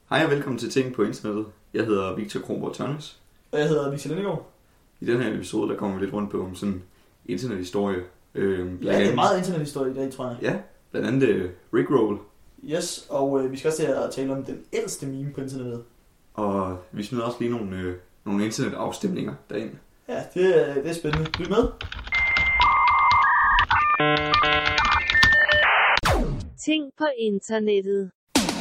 Hej og velkommen til Ting på Internettet. Jeg hedder Victor Kronborg Tørnes. Og jeg hedder Victor Lindegaard. I den her episode, der kommer vi lidt rundt på om sådan internethistorie. Ja, det er meget internethistorie i dag, tror jeg. Ja, blandt andet Rickroll. Yes, og vi skal også til at tale om den ældste meme på internettet. Og vi smider også lige nogle internetafstemninger derind. Ja, det er spændende. Lyt med. Ting på internettet.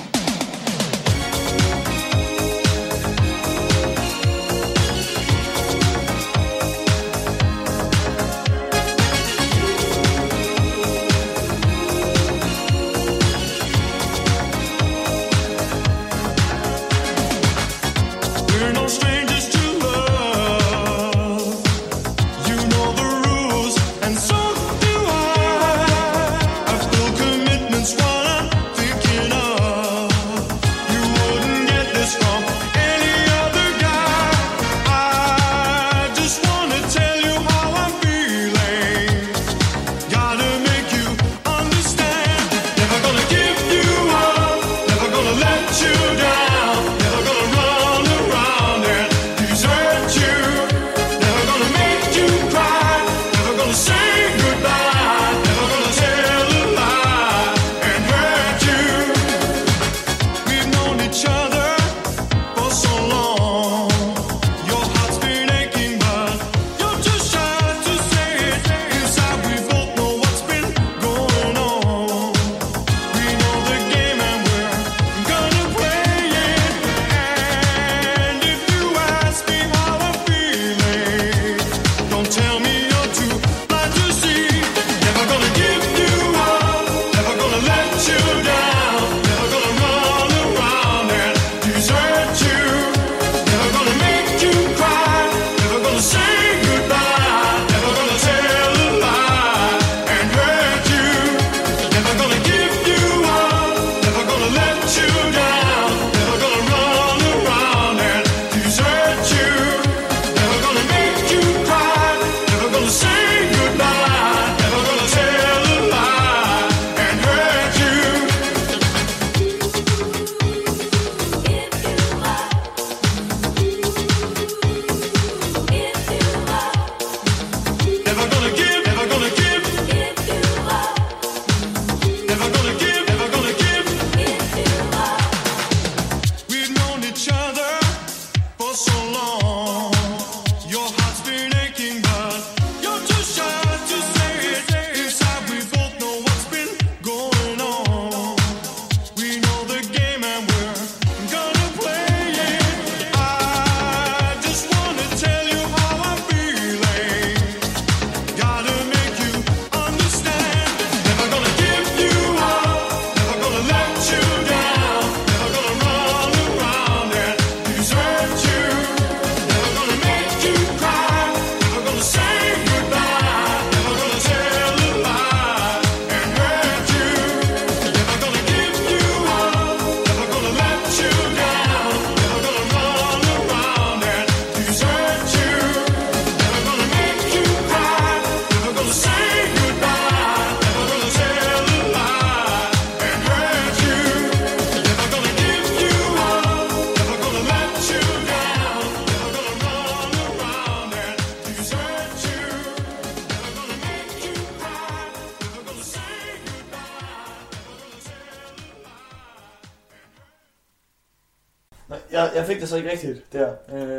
Jeg fik det så ikke rigtigt der.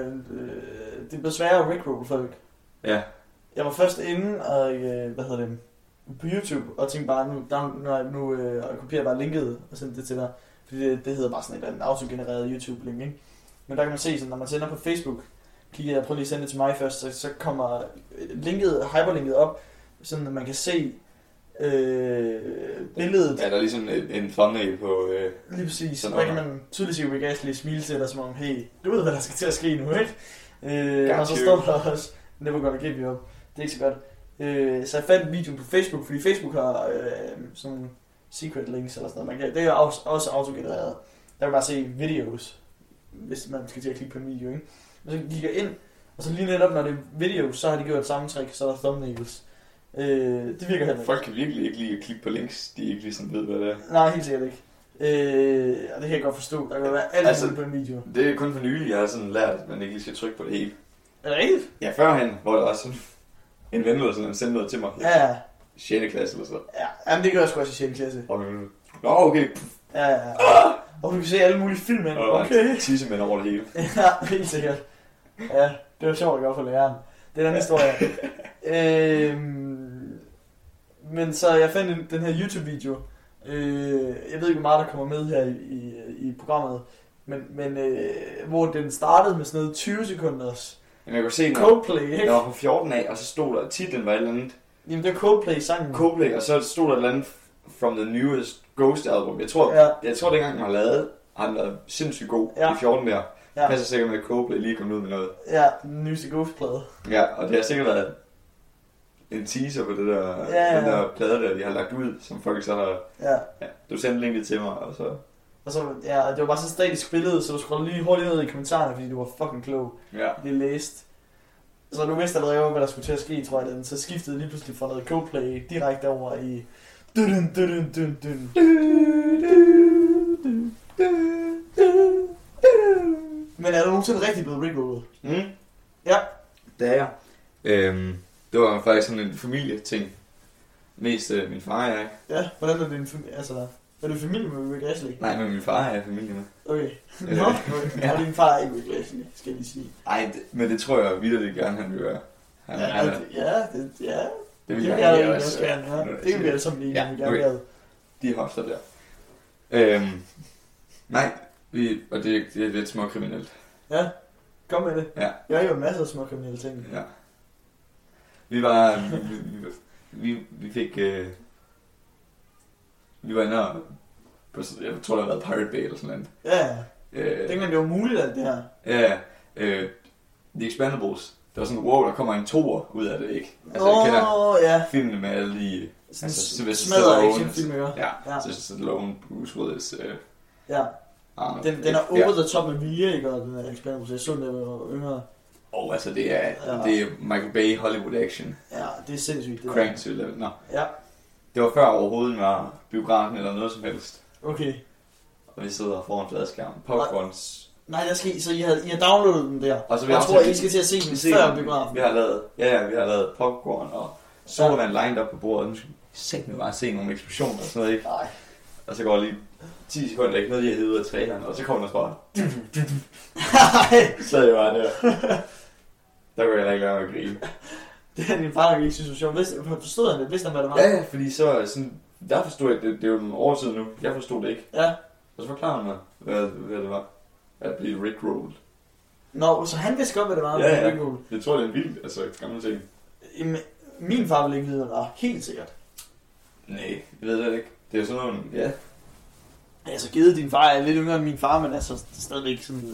Det blev sværere at rickroll folk. Ja. Jeg var først inde og, på YouTube og tænkte bare, nu kopierer jeg bare linket og sender det til dig. Fordi det hedder bare sådan et eller andet autogenereret YouTube-link, ikke? Men der kan man se, sådan, når man sender på Facebook, klikker jeg, prøver lige at sende det til mig først, så kommer hyperlinket op, sådan at man kan se billedet. Ja, der er ligesom en thumbnail på... Lige præcis, så kan man tydeligt se Rick Astley smile til dig, som om, hey, du ved, hvad der skal til at ske nu, ikke? Og så står der også, never gonna give you up. Det er ikke så godt. Så jeg fandt videoen på Facebook, fordi Facebook har sådan secret links eller sådan noget. Det er også autogenereret. Der kan bare se videos, hvis man skal til at klikke på en video, ikke? Og så gik jeg ind, og så lige netop, når det er videos, så har de gjort samme trick, så er der thumbnails. Det virker heller ikke. Folk kan virkelig ikke lide at klikke på links, de ikke ligesom ved, hvad det er. Nej, helt sikkert ikke. Og det kan jeg godt forstå. Der kan være alt altså, på en video. Det er kun for nylig, jeg har sådan lært, at man ikke lige skal trykke på det hele. Er det rigtigt? Ja, førhen, hvor der var sådan en ven, der sådan sendte noget til mig. Ja. 6. klasse eller så. Ja, men det gør jeg sgu også i 6. klasse. Nå, okay. Ja. Og du kan se alle mulige film, man. Okay. Tissemænd over det hele. Ja, helt sikkert. Ja, det var sjovt at gøre for læreren. Det er den historie. Men så jeg fandt den her YouTube-video. Jeg ved ikke, hvor meget der kommer med her i programmet. Men hvor den startede med sådan noget 20 sekunders jeg kunne se, Coldplay, ikke? Der var på 14 af, og så stod der, titlen var et eller andet. Jamen det var Coldplay-sangen. Coldplay, og så stod der et eller andet from the newest Ghost album. Jeg tror dengang den var lavet, har den været sindssygt god i 14 der. Ja. Passer sikkert med, at Coldplay lige kom ud med noget. Ja, den nyeste Ghost-plade. Ja, og det har sikkert været en teaser på det der, den der plade der, de har lagt ud, som folk så har... Ja. Du sendte linket til mig, og så... Og så, det var bare så statisk billede, så du scrollede lige hurtigt ned i kommentarerne, fordi du var fucking klog. Ja. Det læste. Så du vidste allerede, hvad der skulle til at ske, tror jeg. Så skiftede lige pludselig fra noget Coldplay direkte over i... Men er du nogensinde rigtig blevet rickrollet? Ja. Det er jeg. Det var faktisk sådan en familieting. Mest min far og jeg. Ja, hvordan er det en familie? Altså, er du i familie med Rick Astley? Nej, men min far er jeg i familie med. Okay. Nå, og din far er ikke Rick Astley, skal jeg lige sige. Nej, men det tror jeg virkelig gerne, han vil gøre. Det vil jeg også gerne. Ja. Det kan vi alle sammen lige, okay. De hofter der. Nej, og det er lidt småkriminelt. Ja, kom med det. Ja. Jeg har jo masser af småkriminelle ting. Ja. Vi var... vi fik... vi var inde og... Jeg tror, der har været Pirate Bay eller sådan noget. Ja, dengang det var muligt alt det her. Ja, The Expendables. Der var sådan, wow, der kommer en toer ud af det, ikke? Altså, jeg kender filmene med alle de... Altså, smadret actionfilm, ja. Så Stallone, Bruce Willis... ja. Den er over the top med vilje, ikke? Og den er Expendables. Jeg så den, da jeg var yngre. Altså, det er Michael Bay Hollywood action. Ja, det er sindssygt. Crank to level. Nå. Ja. Det var før overhovedet var biografen eller noget som helst. Okay. Og vi sidder foran fladskærm. Popcorns. Nej, så I har downloadet den der. Og så vi jeg tror, I skal til at se den før biografen. Vi har lavet popcorn og sodavand lined op på bordet. Nu skal vi sætte bare se nogle eksplosioner og sådan noget, ikke? Nej. Og så går lige 10 sekunder, ikke noget, de har hævet ud af traileren, og så kommer der bare... Så er det bare der. Der kunne jeg ikke lade mig at grine. Det er din far, der ikke synes, det var sjovt. Forstod han det? Vidste han, hvad det var? Ja, fordi så sådan... Der forstod jeg, det er jo nogle år siden nu. Jeg forstod det ikke. Ja. Og så forklarer han mig, hvad det var. At blive rickrolled. Nå, så han vidste godt, hvad det var. Ja. Det tror jeg, det er en vild, altså gammel ting. Min far ville ikke vide, hvad det var. Helt sikkert. Nej, jeg ved det ikke. Det er jo sådan nogle, ja. Altså, givet din far er lidt yngre end min far, men altså stadigvæk sådan...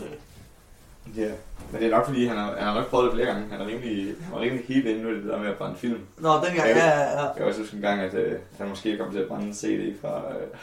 Ja, men det er nok fordi, han har nok prøvet det flere gange. Han var rimelig helt inde i det der med at brænde film. Nå, dengang, ja. Jeg også huske en gang, at han måske kom til at brænde en CD fra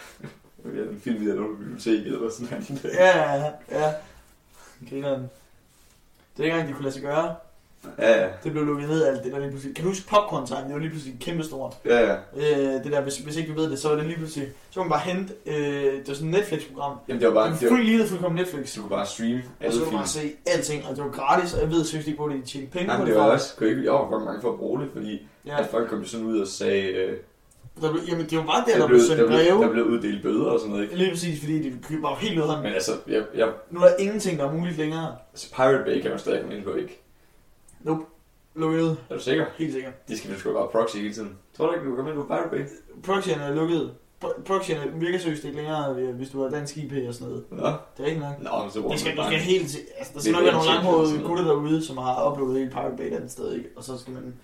en film, vi havde på biblioteket eller sådan noget. Ja. Grineren. Det er dengang, de kunne lade sig gøre. Ja. Det blev lukket ned alt det der lige pludselig. Kan du huske popcorn-time? Det var lige pludselig kæmpestort. Ja. Det der, hvis ikke du ved det, så var det lige pludselig... Så kunne man bare hente... det var sådan et Netflix-program. Jamen det var bare... Free fuldkommen Netflix. Du kunne bare streame alle film. Og så kunne man bare se alting, og det var gratis, og jeg ved seriøst ikke, hvor de tjente penge på det. Det var også... Jeg var godt mange for at bruge det, fordi at folk kom sådan ud og sagde... Jamen det var bare der blev sendt breve. Der blev uddelt bøder og sådan noget, ikke? Lige præcis, fordi det var helt noget. Men altså, nu er der ingenting, der er muligt længere. Altså Pirate Bay kan man stadig komme ind på, ikke? Nope. Lukket. Er du sikker? Helt sikker. Det skal du sgu bare proxy hele tiden. Tror du ikke, du kan komme ind på Pirate Bay? Proxyen er lukket. Proxyen virker seriøst ikke længere, hvis du har dansk IP og sådan noget. Nå. Det er ikke nok. Nå, så du skal helt til... Altså, der skal nok være nogle langhårede gutter derude, som har uploadet hele Pirate Bay et andet sted, ikke? Og så skal man...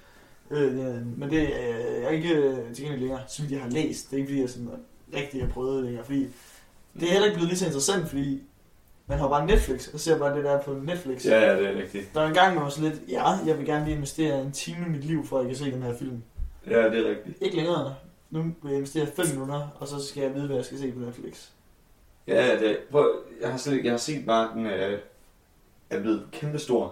men det er ikke tilgængeligt længere, så vidt jeg har læst. Det er ikke fordi, jeg sådan rigtig har prøvet det længere, fordi det er heller ikke blevet lige så interessant, fordi man har bare Netflix, og ser bare det der på Netflix. Ja, det er rigtigt. Der er en gang, man var så lidt, jeg vil gerne lige investere en time i mit liv, for at jeg kan se den her film. Ja, det er rigtigt. Ikke længere. Nu vil jeg investere 5 minutter, og så skal jeg vide, hvad jeg skal se på Netflix. Ja, jeg har set bare, den er blevet kæmpestor.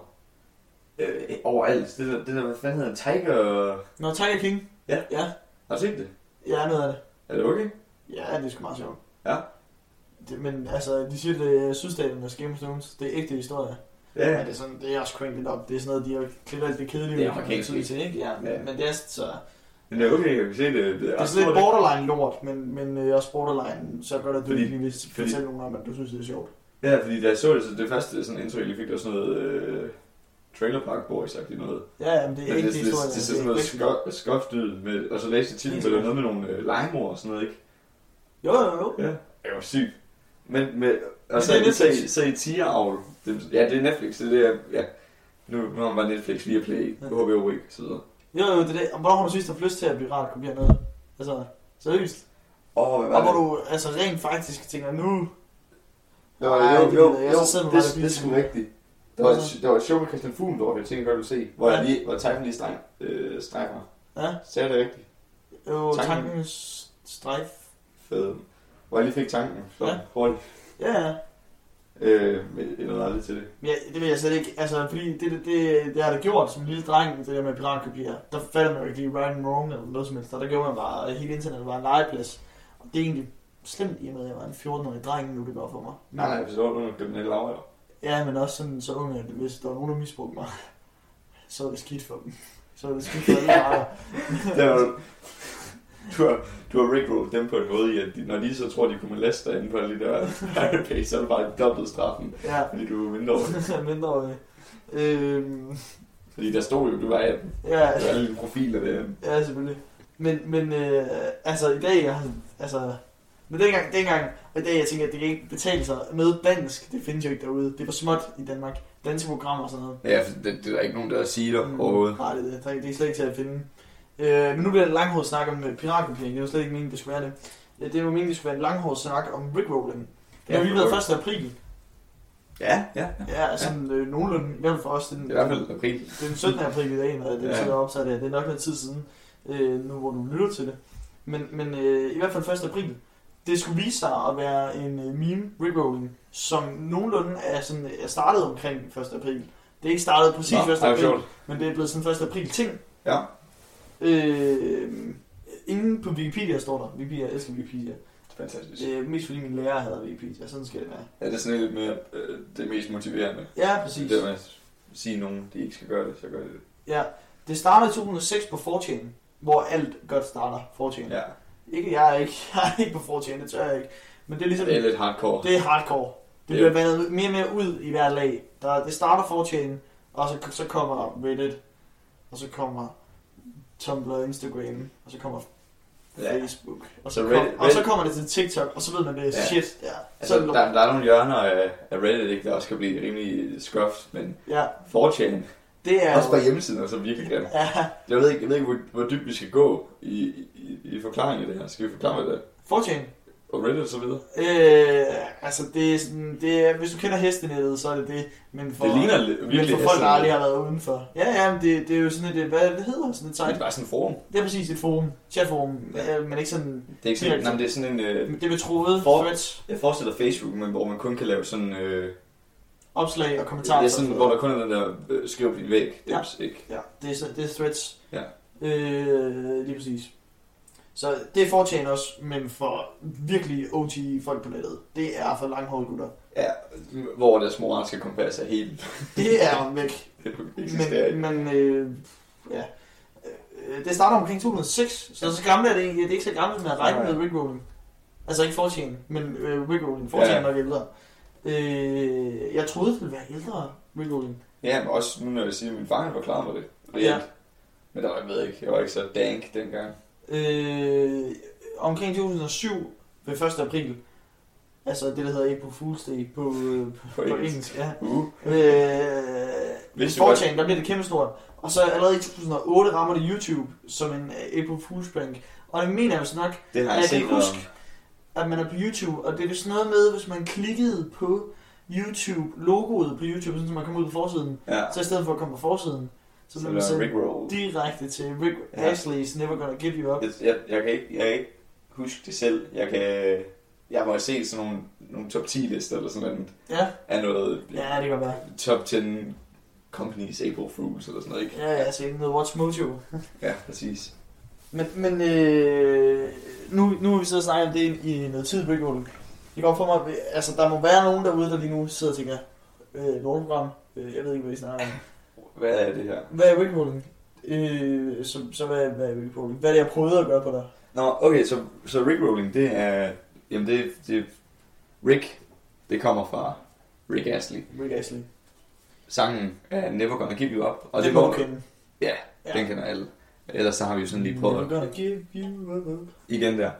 Overalt. Det der, hvad fanden hedder Tiger... Nå, Tiger King? Ja. Har du set det? Ja, noget af det. Er det okay? Ja, det er sgu meget sjovt. Ja. men altså, de siger, det er Sydstaternes Game of Thrones. Det er ægte historie. Ja. Men det er også cranket op. Det er sådan noget, de har klædt alt det kedelige. Det er amerikansk, ikke? Ja, men det er så... Men det er okay, jeg kan se det. Det er sådan lidt borderline lort, men også borderline, så gør det, at du ikke vil fortælle nogen om, at du synes, det er sjovt. Ja, fordi da jeg så det, så det første sådan indtryk, jeg fik, der var sådan noget Trailer Park Boys-agtigt noget. Ja, men det er ikke det historie. Det ser sådan noget skoft ud, med, og så læste jeg titlen, med noget med nogle legemord og sådan noget, ikke? Jo. Ja, det var sygt. Men og så i tigeravl. Ja, det er Netflix, det er det, ja. Nu har man bare Netflix, Viaplay, HBO Week og så videre. Jo, det er det. Og hvornår har du sidst haft lyst til at piratkopiere noget? Altså, seriøst? Og hvor du altså rent faktisk tænker, nu... Jo, det er sgu rigtigt. Der var et show med Christian Fuglendorf, jeg tænkte godt, du se, hvor tanken lige strejfer. Ja. Så er det rigtigt. Jo, tankens strejf. Fed. Hvor jeg lige fik tanken, så hurtigt. Ja. Men jeg nåede aldrig til det. Ja, det vil jeg slet ikke, altså, fordi det har det gjort som en lille dreng, det der med piratkopier. Der falder man jo ikke lige right and wrong eller noget som helst, der gjorde man bare, hele internettet var en legeplads. Og det er egentlig slemt i og med, at jeg var en 14-årig dreng, nu det går for mig. Nej, hvis det var nogle kriminelle lavere. Ja, men også sådan så unge, at hvis der var nogen, der misbrugte mig, så var det skidt for dem. Så var det skidt for alle Du har rickrolled dem på en måde i, at når de så tror, de kunne moleste dig inde på alle de der Pirate Bay, så er det bare dobbelt straffen, fordi du er mindreårig. Mindreårig. Fordi der stod jo, du var 18. Ja. Det var alle dine profiler der. Ja, selvfølgelig. Men altså i dag, men dengang, og i dag, jeg tænker, at det kan ikke betale sig. Noget dansk, det findes jo ikke derude. Det er for småt i Danmark. Danske programmer og sådan noget. Ja, for det er der ikke nogen, der siger overhovedet. Nej, det er slet ikke til at finde. Men nu bliver det en langhård snak om piratkopiering. Det er jo slet ikke meningen, det skulle være det. Det er jo meningen, det skulle være en langhård snak om rickrolling. Det har jo lige været 1. april. Ja. Ja, sådan nogenlunde, i hvert fald for os. Det er i hvert fald april. Det er den 17. april i dag, når det er optaget af. Det er nok noget tid siden, nu hvor du lytter til det. Men i hvert fald 1. april. Det skulle vise sig at være en meme rickrolling, som nogenlunde er startet omkring 1. april. Det er ikke startet præcis 1. april, men det er blevet sådan 1. april ting. Ja. Ingen på Wikipedia står der. Wikipedia, jeg elsker Wikipedia. Fantastisk. Mest fordi min lærer havde Wikipedia, sådan skal det være. Ja, det er sådan lidt mere det mest motiverende. Ja, præcis. Det er at sige nogen, de ikke skal gøre det, så gør det. Ja, det startede i 2006 på 4chan, hvor alt godt starter 4chan. Ja. Jeg er ikke på 4chan, det tør jeg ikke. Men det er ligesom... Det er lidt hardcore. Det er hardcore. Det bliver vandet mere og mere ud i hver lag. Det starter 4chan, og så kommer Reddit, og så kommer Tumblr, Instagram, og så kommer Facebook, og så kommer det til TikTok, og så ved man, det er shit. Ja. Altså, der er nogle hjørner af Reddit, ikke, der også kan blive rimelig scuffed, men 4chan, det er også bare hjemmesiden, og så virkelig grimt. Ja. Jeg ved ikke hvor dybt vi skal gå i forklaringen af det her. Skal vi forklare, hvad det er? 4chan. Og Reddit og så videre? Altså, det er, hvis du kender hestenettet, så er det det. Men for, det ligner virkelig for folk, der aldrig har været udenfor. Ja, men det er jo sådan et, hvad det hedder, sådan et site. Det er bare sådan et forum. Det er præcis et forum, chatforum, men ikke sådan... Det er ikke sådan, nej, det er sådan en... det er betroet jeg forestiller Facebook, men hvor man kun kan lave sådan... opslag og kommentarer. Det er sådan, hvor der kun er den der skriv på din væg. Ja, ikke. Ja, det er threads. Ja. Lige præcis. Så det er 4chan også, men for virkelig OG folk på nettet. Det er for langhårede gutter. Ja, hvor deres moralske kompas er helt... Det er væk. Men ja. Det starter omkring 2006, så gammelt er det egentlig. Det er ikke så gammelt med at regne med rickrolling. Altså ikke 4chan, men rickrolling. 4chan er nok ældre. Jeg troede, det ville være ældre rickrolling. Ja, men også nu når jeg siger, at min far forklarer mig det. Reelt. Ja. Men der var, jeg ved ikke, jeg var ikke så dank dengang. Omkring 2007 ved 1. april, altså det der hedder April Fool's Day på engelsk, ja. 4chan, der bliver det kæmpe stort. Og så allerede i 2008 rammer det YouTube som en April Fool's prank. Og det mener jeg jo sådan nok, det har jeg set huske, at man er på YouTube, og det er sådan noget med, hvis man klikkede på YouTube, logoet på YouTube, så man kommer ud på forsiden, så i stedet for at komme på forsiden, så bliver man sendt direkte til Ashley's Never Gonna Give You Up. Jeg kan ikke huske det selv. Jeg må have set sådan nogle top 10 lister eller sådan noget. Ja. Af noget. Ja, det kan være. Top 10 companies April Fools eller sådan noget, ikke? Ja, jeg har set noget Watch Mojo. Ja, præcis. Men nu har vi så snakket om det i noget tid, rickrolling. Det går for mig, altså der må være nogen derude, der lige nu sidder og tænker, lortprogram, jeg ved ikke, hvad I snakker om. Hvad er det her? Hvad er rickrolling? Så hvad er rickrolling? Hvad er det, jeg prøvede at gøre på dig? Nå, okay, så rickrolling, det er, jamen det Rick, det kommer fra Rick Astley. Rick Astley. Sangen er Never Gonna Give You Up. Og det må du kende. Ja, den kender alle. Ellers så har vi jo sådan lige prøvet Never Gonna Give You Up. Igen der.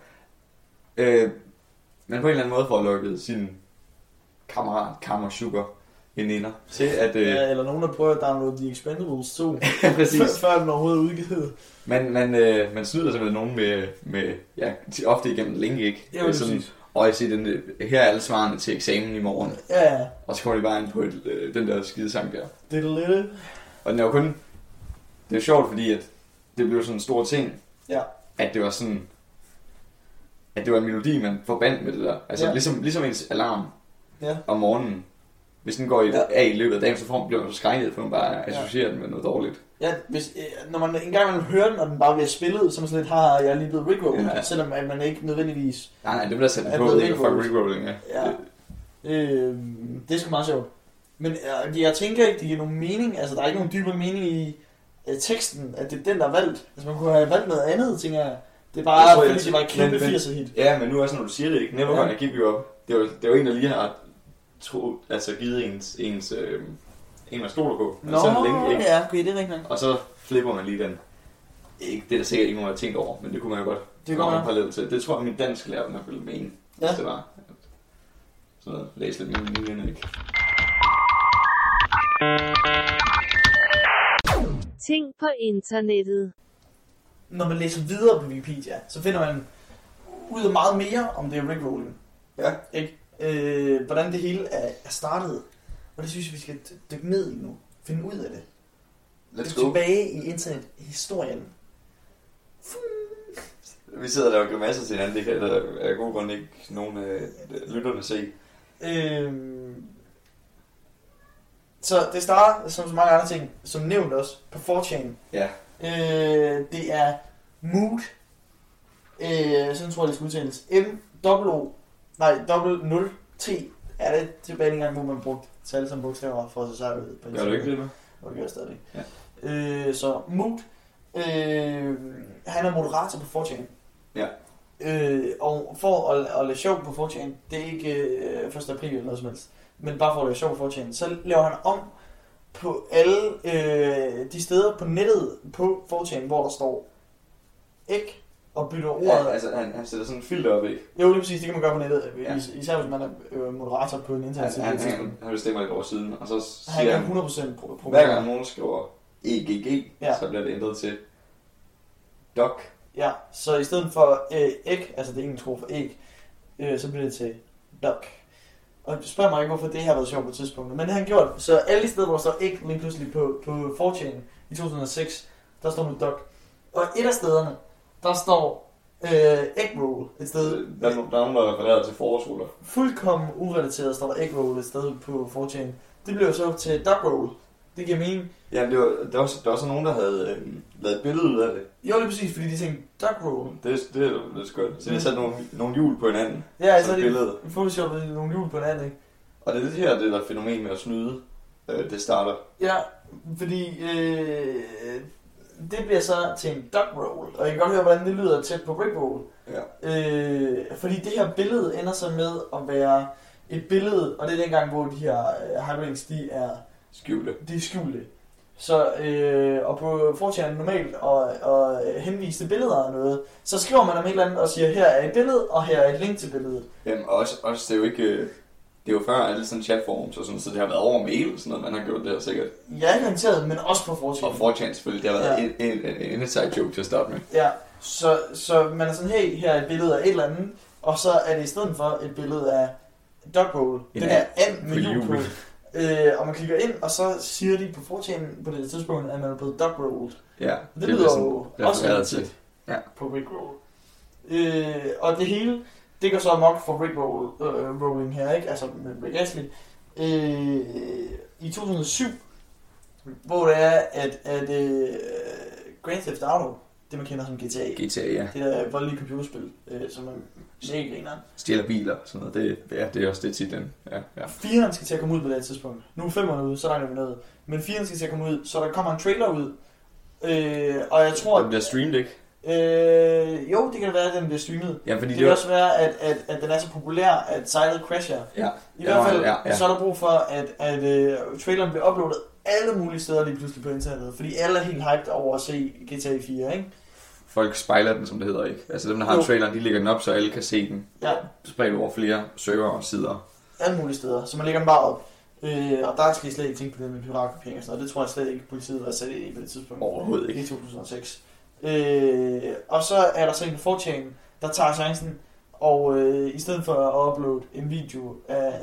Men på en eller anden måde får lukket sin kammerat, Kammer Sugar, veninder til at... ja, eller nogen, der prøver at downloade The Expendables 2. Præcis. Før den overhovedet er udgivet. Man snyder simpelthen nogen med ja, ofte igennem link, ikke? Ja, sådan, og jeg siger, her er alle svarene til eksamen i morgen. Ja. Og så kommer de bare ind på den der skide sang der. Det er lidt. Og den er jo kun... Det er jo sjovt, fordi at det blev sådan en stor ting. Ja. At det var sådan... At det var en melodi, man forbandt med det der. Altså ligesom ens alarm om morgenen. Hvis den går af i løbet af dagen, så bliver man så skrækket, for man bare associerer den med noget dårligt. Ja, når man engang man hører den, og den bare bliver spillet, så man sådan lidt har jeg lige blevet rickrollet, selvom at man ikke nødvendigvis... Nej, det bliver sat på, det er fucking rickrolling, ja. Det er sgu meget sjovt. Men jeg tænker ikke, det giver nogen mening, altså der er ikke nogen dybere mening i teksten, at det er den, der er valgt. Altså man kunne have valgt noget andet, tænker jeg. Det er bare, fordi det var et kæmpe 80'er hit. Ja, men nu også når du siger det, ikke? Never Gonna Give You Up. Det var en, der lige har givet ens en man stoler på. Nå, længe, ja, okay, det er rigtigt. Og så flipper man lige den. Det er der sikkert ikke nogen, der har tænkt over, men det kunne man jo godt. Det går parallelt til. Det tror jeg, min dansk lærer nok ville mene, hvis det var. Sådan noget, læs lidt min linje, ikke? Ting på internettet. Når man læser videre på Wikipedia, så finder man ud af meget mere om det rickrolling. Ja. Ikke? Hvordan det hele er startet. Og det synes jeg, vi skal dykke ned i nu. Finde ud af det. Let's go. Tilbage i internethistorien. Vi sidder der og gør masser til hinanden. Det kan der af god grund ikke nogen lytterne se. Så det starter, som så mange andre ting, som nævnt også, på 4chan. Ja. Det er Mood. Sådan tror jeg, det skal udtales. M-0-T er det tilbage en gang, hvor man brugte tal som bogstaver for sig selv. Gør du ikke det med? Og det gør jeg stadig. Ja. Så Mood, han er moderator på 4chan. Ja. Og for at lave sjov på 4chan, det er ikke 1. april eller noget som helst, men bare for at lave sjov på 4chan, så laver han om på alle de steder på nettet på 4chan, hvor der står æg og bytter ordet. Ja, altså han sætter sådan en filter op, ikke? Jo, det er præcis, det kan man gøre på nettet, især hvis man er moderator på en internetside. Han bestemmer lidt over siden, og så siger han 100% problem. Hver gang nogen skriver EGG, så bliver det ændret til doc. Ja, så i stedet for æg, altså det er engelsk ord for æg, så bliver det til doc. Og spørg mig ikke, hvorfor det her har været sjovt på tidspunktet. Men det har han gjort. Så alle de steder, hvor der står æg lige pludselig på 4chan i 2006, der står nu doc. Og et af stederne, der står eggroll et sted. Der er nogen, der refererer til forårsruller. Fuldkommen urelateret står der eggroll et sted på 4chan. Det blev så til dogroll. Det giver mening. Ja, der var så nogen, der havde lavet et billede ud af det. Jo, det er præcis, fordi de tænkte dogroll. Det er skønt. Så de har sat nogle hjul på hinanden. Ja, altså det er photoshoppet nogle hjul på hinanden, ikke? Og det er det her, det der fænomen med at snyde, det starter. Ja, fordi det bliver så til en dogroll. Og jeg kan godt høre, hvordan det lyder tæt på rickroll. Ja. Fordi det her billede ender så med at være et billede, og det er dengang, hvor de her hyperlinks, de er skjulte. Så, og på 4chan normalt og henvise billeder og noget, så skriver man om et eller andet og siger, her er et billede, og her er et link til billedet. Jamen også det er jo ikke, det er jo før alle sådan chatforums og sådan, så det har været over mail og sådan noget, man har gjort det her sikkert. Ja, garanteret, men også på 4chan. Og 4chan selvfølgelig, det har været en inside joke til at starte med. Ja, så man er sådan, hey, her er et billede af et eller andet, og så er det i stedet for et billede af dogroll. Den her and med hjul på. Og man klikker ind, og så siger de på 4chan på det tidspunkt, at man er blevet dogrolled. Ja, det lyder jo også rigtigt på rickroll. Og det hele, det går så amok for rickrolling her, ikke? Altså med Rick Astley. I 2007, hvor det er, at Grand Theft Auto det, man kender som GTA. GTA, ja. Det der voldelige computerspil, som er mega grineren. Stjæler biler og sådan noget. Det er også det titlen. Ja. 4'eren skal til at komme ud på det tidspunkt. Nu er 5'eren ude, så regner vi noget. Men 4'eren skal til at komme ud, så der kommer en trailer ud. Og jeg tror... Den bliver streamet, ikke? Jo, det kan være, at den bliver streamet. Ja, fordi det kan også være, at den er så populær, at sitet crasher. Ja. I hvert fald, så er der brug for, at traileren bliver uploadet alle mulige steder lige pludselig på internettet. Fordi alle er helt hyped over at se GTA 4, ikke? Folk spejler den, som det hedder, ikke? Altså dem, der har traileren, de lægger den op, så alle kan se den. Ja. Spredt over flere server og sider. Alle mulige steder, så man lægger den bare op. Og der skal I slet ikke tænke på det med piratkopiering og sådan noget. Det tror jeg slet ikke, politiet var sat i på det tidspunkt. Overhovedet ikke. I 2006. Og så er der så en på 4chan, der tager chancen, og i stedet for at uploade en video af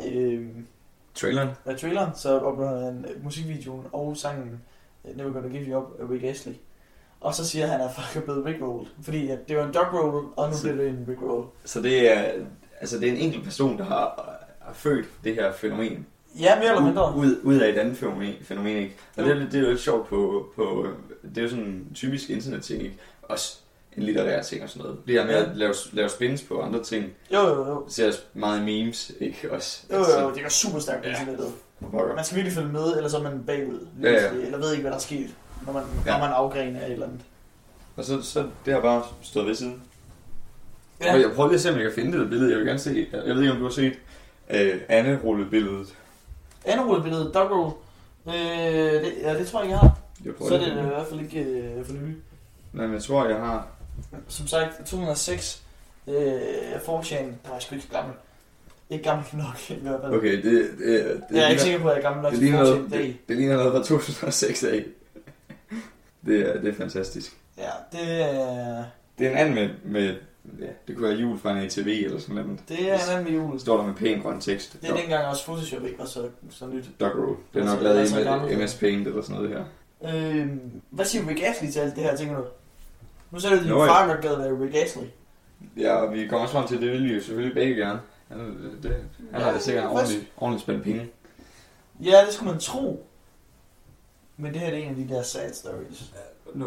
traileren, så uploader han musikvideoen og sangen Never Gonna Give You Up af Rick Astley. Og så siger han, at folk er blevet rickrolled, fordi det var en dogroll, og nu bliver det en rickroll. Så det er en enkelt person, der har født det her fænomen. Ja, mere eller mindre. Ud af et andet fænomen, ikke? Og det er jo lidt sjovt på det er jo sådan en typisk internetting, ikke? Også en litterær ting og sådan noget. Det her med at lave spins på andre ting. Jo. Det ser meget memes, ikke også? Jo, det går super stærkt på internettet. Man skal virkelig følge med, eller så er man bagud. Eller ved ikke, hvad der er sket, når man afgrener af et eller andet. Og så det har bare stået ved siden. Ja. Og jeg prøver lige at se, om jeg kan finde det billede. Jeg vil gerne se. Jeg ved ikke, om du har set Anne-rullebilledet. Anne-rullebilledet, dogroll. Det tror jeg ikke, jeg har. Så er det i hvert fald ikke for nylig. Nej, men jeg tror, jeg har. Som sagt, 2006. 4chan, der var sgu ikke gammel. Ikke gammel nok i hvert fald. Okay, jeg er ikke sikker på, at jeg er gammel nok til 4chan i dag. Det ligner noget fra 2006 af. Det er fantastisk. Ja, det er... Det er en anden med det kunne være jul fra en ATV eller sådan noget. Det er en anden med jul. Står der med pæn grøn tekst. Det er dengang også Photoshop ikke var så nyt. Doggerel. Det er nok lavet i MS Paint eller sådan noget her. Hvad siger Rick Astley til alt det her, tænker du? Nu sagde du, at din far godt gad være Rick Astley. Ja, og vi kommer også frem til, det vil vi jo selvfølgelig begge gerne. Han har da sikkert ordentligt spændt penge. Ja, det skulle man tro. Men det her er en af de der sad stories. No.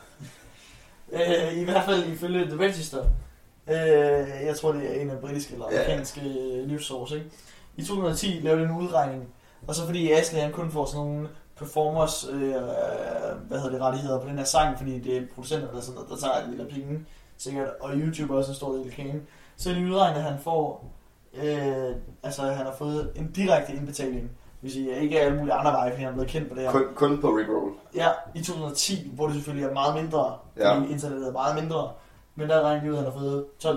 I hvert fald ifølge The Register. Jeg tror, det er en af britiske eller amerikanske news source, ikke? I 2010 lavede de en udregning. Og så fordi Astley han kun får sådan nogle performers rettigheder på den her sang, fordi det er producenter eller sådan noget, der tager en lille penge sikkert, og YouTube også en stor del kage. Så er det udregnet, at han får han har fået en direkte indbetaling. Det vil sige, ikke alle mulige andre veje, fordi han er blevet kendt på det her. Kun på Rickroll. Ja, i 2010, hvor det selvfølgelig er meget mindre, fordi internettet er meget mindre. Men der regner vi ud, at han har fået $12.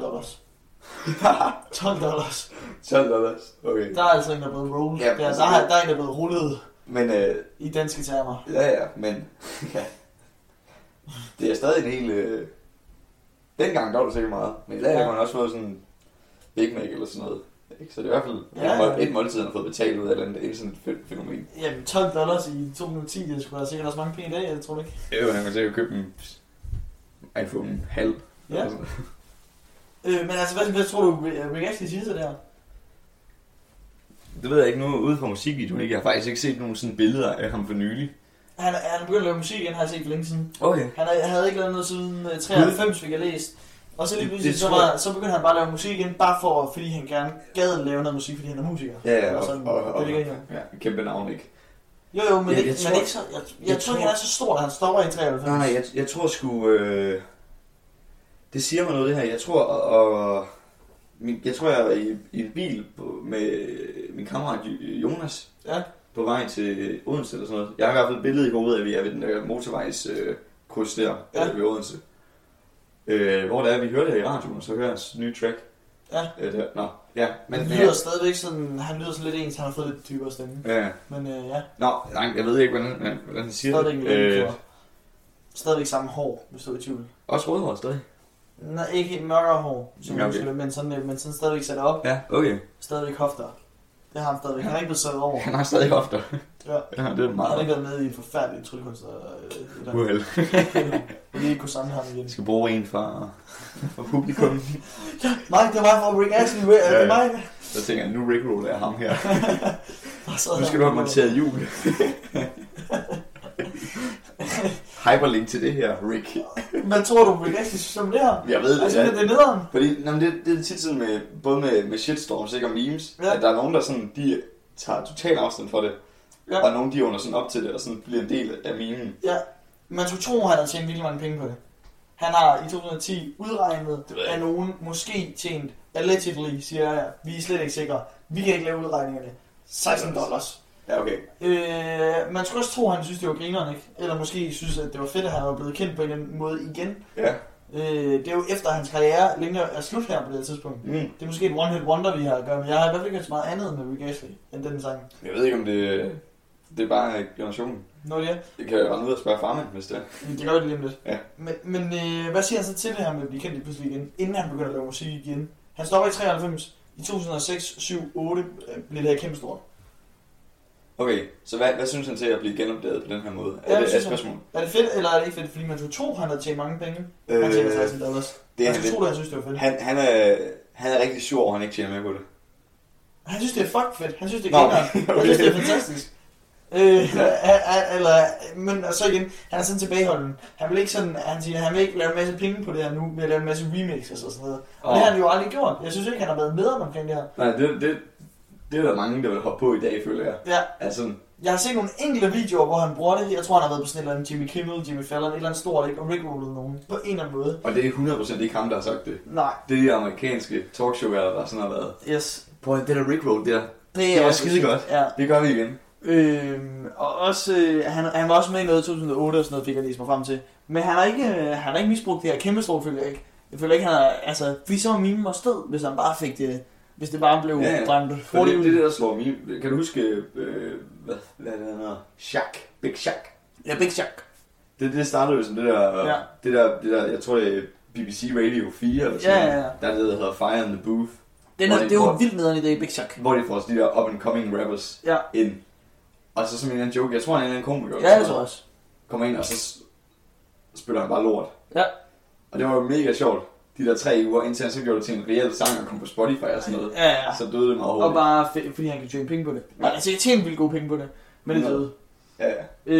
$12. $12, okay. Der er altså en, der er blevet rolled. Ja, der er en, der er blevet rullet men, i danske termer. Ja, men det er stadig en hel... Dengang der var det sikkert meget, men i dag har man også fået sådan en Big Mac eller sådan noget. Så det er i hvert fald et måltid, han har fået betalt ud af et eller andet internet-fænomen. Jamen $12 i 2010, det skulle da sikkert også mange penge i dag, jeg tror ikke. Jo, han kan sikkert købe en iPhone halv. Ja. Men altså, hvad tror du, Rick Astley siger til det her? Det ved jeg ikke nu ude fra musikvideoen, ikke? Jeg har faktisk ikke set nogen sådan billeder af ham for nylig. Han er begyndt at lave musik igen, har jeg set for længe siden. Okay. Han havde ikke lavet noget siden 93, fik jeg læst. Og så lige pludselig, så begyndte han bare at lave musik igen, bare fordi han gerne gad lave noget musik, fordi han er musiker. Ja, og kæmpe navn, ikke? Jo, men ikke så... Jeg tror ikke, han er så stor, at han stopper i 93. Nej, jeg tror sgu... det siger mig noget, det her. Jeg tror, jeg er i en bil med min kammerat Jonas. Ja. På vej til Odense eller sådan noget. Jeg har i hvert fald et billede i hovedet af, at vi er ved den der motorvejs kryds der ved Odense. Hvor det er, vi hører det her i radioen, og så hører hans nye track. Ja. Men det lyder stadigvæk sådan, han lyder sådan lidt ens, han har fået lidt dybere stemme. Ja. Men nej, jeg ved ikke, hvordan han siger det. Stadigvæk samme hår, hvis du er i tvivl. Også rødhår stadig? Nej, ikke mørkere hår, men sådan stadigvæk sat op. Ja, okay. Stadigvæk hofter. Det har han stadigvæk. Han er ikke blevet sat over. Han har stadig hofter. Ja, det er meget. Han har ikke været med i en forfærdelig tryllekunst. Uheld. Vi ikke kunne samle ham igen. Jeg skal bruge en fra publikum. Ja, nej, det var fra Rick Astley. Det er mig. Så tænker jeg, nu Rickroll er ham her. Nu skal du have monteret jul. Hyperlink til det her, Rick. Men tror du, Rick Astley synes om det her? Jeg ved det, altså, det er nederen. Fordi det er tit sådan med, både med shitstorms, ikke, og memes, at der er nogen, der sådan, de tager total afstand for det. Ja. Og nogen, de under sådan op til det, og sådan bliver en del af memen. Ja, man skulle tro, at han har tjent virkelig mange penge på det. Han har i 2010 udregnet, at nogen måske tjent, allegedly, siger jeg, vi er slet ikke sikre, vi kan ikke lave udregningerne, $16. Ja, okay. Man skulle også tro, at han synes, det var grineren, ikke? Eller måske synes, at det var fedt, at han var blevet kendt på en eller anden måde igen. Ja. Det er jo efter hans karriere længere er slut her på det tidspunkt. Det er måske et one-hit wonder, vi har at gøre, men jeg har i hvert fald ikke hørt så meget andet med Rick Astley end den sang. Jeg ved ikke, om det er bare generationen. Nå, det er. Det kan jeg rende ud og spørge farmand, hvis det er. Det gør det lige om lidt. Ja. Men hvad siger han så til det her med at blive kendt pludselig igen, inden han begynder at lave musik igen? Han stopper i 93. I 2006, 7, 8 blev det her kæmpe stort. Okay, så hvad synes han til at blive genopdaget på den her måde? Ja, er det spørgsmål? Er det fedt, eller er det ikke fedt? Fordi man skulle tro, han havde tjent mange penge. Han tjener $16. Man skulle tro, at han synes, det var fedt. Han er rigtig sur over, at han ikke tjener med på det. Han synes, det er fuck fedt. Han synes, det er grineren. Han synes, det er fantastisk. Men så igen, han er sådan tilbageholden. Han vil ikke sådan, han siger, han vil ikke lave en masse penge på det her nu, med at lave en masse remixes og sådan noget. Og det har han jo aldrig gjort. Jeg synes ikke, han har været med omkring det her. Nej, det er der mange, der vil hoppe på i dag, føler jeg. Ja. Altså, jeg har set nogle enkelte videoer, hvor han bruger det. Jeg tror, han har været på sådan et eller andet Jimmy Kimmel, Jimmy Fallon, et eller andet stort, ikke? Og rickrollet nogen på en eller anden måde. Og det er 100% ikke ham, der har sagt det. Nej. Det er de amerikanske talkshow-værter, der sådan har været. Yes. Prøv at det der rickroll der. Det var skide godt. Ja. Det gør vi igen. Og også, han var også med i noget i 2008 og sådan noget, fik jeg lige mig frem til. Men han har ikke misbrugt det her kæmpe stort, føler jeg ikke. Jeg føler ikke, han har, altså, fordi så var meme var stød, hvis han bare fik det, hvis det bare blev drømt. Det der slår meme. Kan du huske, hvad det hedder? Shaq. Big Shaq. Ja, Big Shaq. Det startede jo som det der, det der, jeg tror det er BBC Radio 4 eller sådan noget. Der er det, der hedder Fire in the Booth. Det er jo vildt nederen i det, Big Shaq. Hvor de får de der up and coming rappers ind. Og så som en eller anden joke, jeg tror han er en eller anden komiker. Ja, det tror jeg også. Kommer ind, og så spiller han bare lort. Ja. Og det var jo mega sjovt, de der 3 uger, indtil han så gjorde det til en reel sang og kom på Spotify og sådan noget. Ja. Så døde det meget hurtigt. Og bare fordi han kan tjene penge på det. Nej, altså jeg tjener vildt gode penge på det, men det døde. Ja.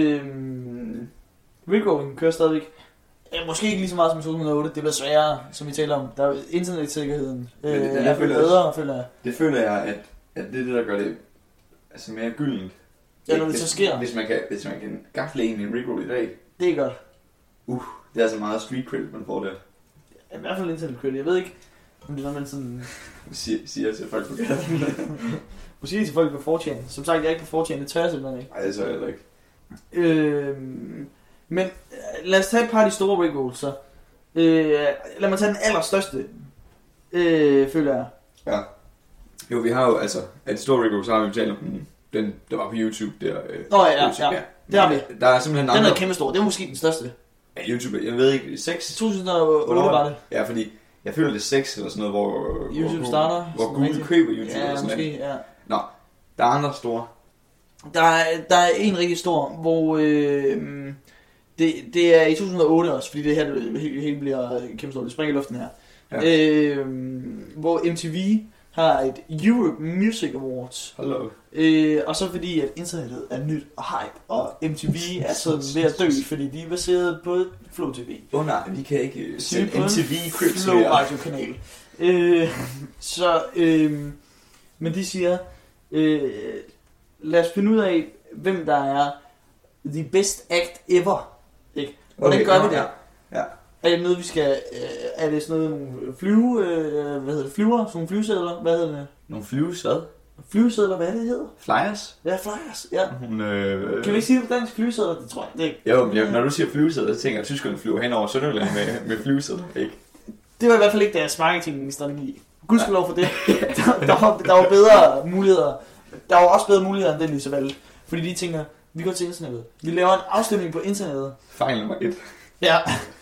Rickrolling kører stadigvæk. Måske ikke lige så meget som i 2008, det bliver sværere, som vi taler om. Der er internetsikkerheden. Jeg føler bedre, føler jeg. Det føler jeg, at det er det, der gør det altså mere gyldent. Ja, når det så sker. Hvis man kan gafle en i en rickroll i dag. Det er godt. Det er altså meget street credit, man får der. Ja, i hvert fald internet credit. Jeg ved ikke, om det er noget, man sådan... siger til folk på gaden. Måske til folk på 4chan. Som sagt, jeg er ikke på 4chan, det tør jeg simpelthen ikke. Nej, det tør jeg heller ikke. Men lad os tage et par af de store rickrolls så. Lad mig tage den allerstørste, føler jeg. Ja. Jo, vi har jo altså, af de store rickrolls, så har vi jo talt om den, der var på YouTube der. Ja. Det har vi. Der er simpelthen den er kæmpe stor, det er måske den største. Ja, YouTube, jeg ved ikke, 6? 2008 var det. Ja, fordi jeg føler det er 6 eller sådan noget, hvor YouTube starter. Hvor Google køber YouTube ja, eller sådan måske, noget. Nå, der er andre store. Der er en rigtig stor, hvor det er i 2008 også, fordi det her helt bliver kæmpe stort, det springer i luften her. Ja. Hvor MTV har et Europe Music Awards. Hello. Og så fordi at internettet er nyt og hype, og MTV er sådan ved at dø, fordi de er baseret på Flow TV. Nej, vi kan ikke sende MTV Crips Flow radiokanal. Men de siger, lad os finde ud af, hvem der er the best act ever. Ikke? Hvordan gør vi det? Ja. Er det noget, vi skal... er det sådan noget, nogle flyver? Sådan nogle flyvesedler? Hvad hedder det? Nogle flyvesedler? Flyvesedler, hvad det hedder? Flyers? Ja, flyers, ja. Kan vi ikke sige det på dansk flyvesedler? Det tror jeg ikke. Jo, når du siger flyvesedler, så tænker jeg, at tyskerne flyver hen over Sønderjylland med flyvesedler, ikke? Det var i hvert fald ikke deres marketingstrategi. Gudskelov for det. Der var bedre muligheder. Der var også bedre muligheder end den lige så vel. Fordi de tænker, vi går til internettet. Vi laver en afstemning på internettet. Fejl nummer 1. Ja.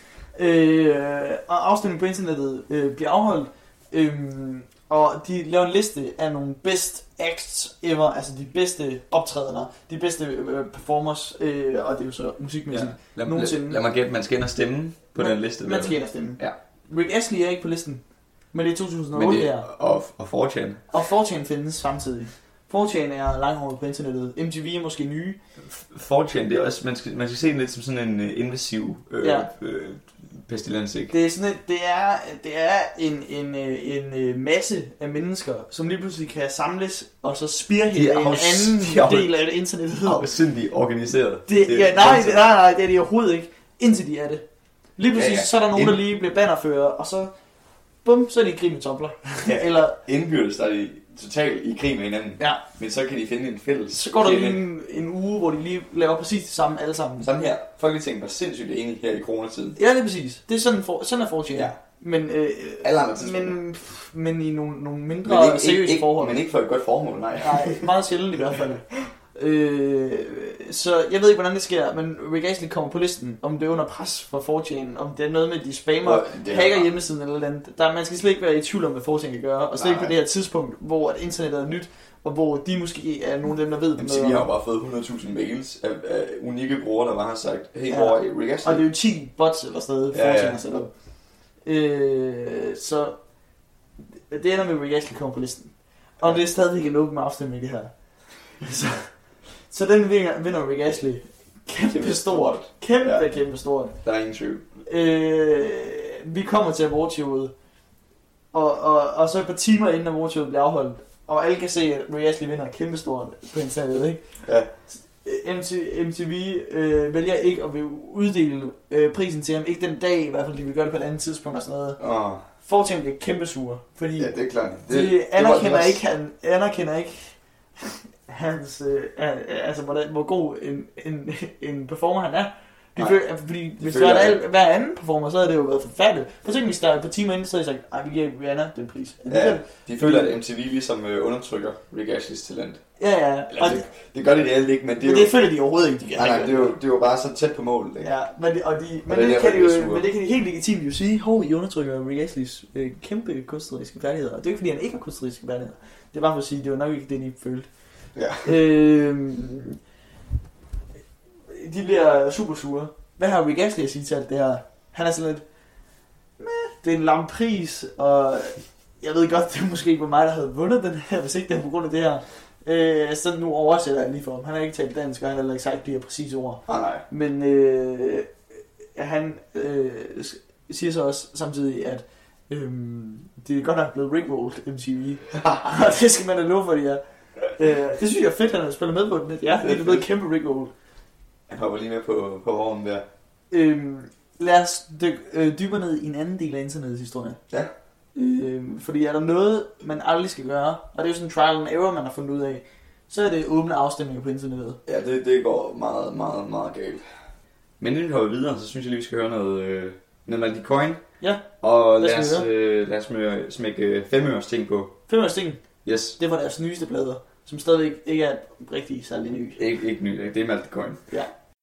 Og afstemningen på internettet bliver afholdt. Og de laver en liste af nogle best acts ever, altså de bedste optrædener, de bedste performers, og det er jo så musikmæssigt. Ja. Lad mig gætte, man skal ind og stemme på den liste. Man skal ind og stemme. Ja. Rick Astley er ikke på listen, men det er 2008 her. Og 4chan. Og 4chan findes samtidig. 4chan er langhåret på internettet. MTV er måske nye. 4chan, det er også, man skal se den lidt som sådan en invasiv pestilens, ikke? Det er sådan det er en masse af mennesker, som lige pludselig kan samles og så spearheade en anden del af internettet. Det er sindssygt organiseret. Nej, det er det overhovedet ikke. Indtil de er det. Lige pludselig så er der nogen, der lige bliver bannerfører, og så bum, så er de i krig med topler. Ja, eller indbyrdes, der er de totalt i krig med hinanden. Ja. Men så kan de finde en fælles. Så går der lige en uge, hvor de lige laver præcis det samme alle sammen. Sådan her. Folketinget var sindssygt enige her i coronatiden. Ja, det er præcis. Det er sådan er fortjent. Ja. Men, alle andre tidspunkter. Men i nogle mindre seriøse forhold. Men ikke for et godt formål, nej. Nej, meget sjældent i hvert fald. Så jeg ved ikke, hvordan det sker, men Rick Astley kommer på listen, om det er under pres fra 4chan, om det er noget med, de spammer, hacker hjemmesiden eller andet. Man skal slet ikke være i tvivl om, hvad 4chan kan gøre, og slet ikke på det her tidspunkt, hvor internettet er nyt, og hvor de måske er nogle af dem, der ved det. Vi har jo bare fået 100.000 mails af unikke brugere, der bare har sagt, hey bror, Rick Astley. Og det er jo 10 bots eller sådan 4chan har sat op. Så det ender med, at Rick Astley kommer på listen. Og det er stadigvæk en åben afstemning i det her. Så den vinder Rick Astley. Kæmpe stort. Kæmpe stort. Der er ingen tvivl. Vi kommer til awardsshowet. Og så et par timer inden awardsshowet bliver afholdt. Og alle kan se, at Rick Astley vinder kæmpe stort på internettet, ikke? Ja. MTV vælger ikke at vil uddele prisen til ham. Ikke den dag i hvert fald, de vil gøre det på et andet tidspunkt og sådan noget. 4chan bliver kæmpe sure. Fordi ja, det er klart. De anerkender ikke hans, altså hvor god en performer han er. Fordi hvis det var hver anden performer, så havde det jo været forfærdeligt. For eksempel hvis der er på timer inden, så havde jeg sagt, vi giver Rihanna den pris. Ja, de føler, at MTV ligesom undertrykker Rick Ashleys talent. Ja. Eller, det gør de reelt ikke, men det føler de overhovedet ikke, de gør. Nej, det er jo bare så tæt på målet. Ikke? Ja, men det kan de helt legitimt jo sige, I undertrykker Rick Ashleys kæmpe kunstneriske færdigheder. Og det er ikke fordi, han ikke har kunstneriske færdigheder. Det er bare for at sige, det var nok ikke det, de følte. Ja. De bliver super sure. Hvad har Rick Astley at sige til alt det her? Han er sådan lidt, det er en lam pris, og jeg ved godt, det måske ikke var mig, der havde vundet den her, hvis ikke det er på grund af det her. Så nu oversætter jeg lige for ham. Han har ikke talt dansk, og han har heller ikke sagt de her præcise ord. Nej. Men han siger så også samtidig, at det er godt nok blevet rickrolled, MTV. Og det skal man da love for, det er. Det synes jeg er fedt, han har spillet med på den. Ja, det er blevet kæmpe rickroll. Han hopper lige med på vognen der. Lad os dykke dybere ned i en anden del af internettets historie. Ja. Fordi er der noget, man aldrig skal gøre, og det er jo sådan en trial and error, man har fundet ud af, så er det åbne afstemninger på internettet. Ja, det går meget, meget, meget galt. Men inden vi hopper videre, så synes jeg lige, vi skal høre noget Maldi Coin. Ja. Og lad os smække 5-øres ting på. 5-øres ting? Yes. Det var deres nyeste plader, som stadig ikke er rigtig særlig ny. Ikke ny, det er Maldi Coin. Ja.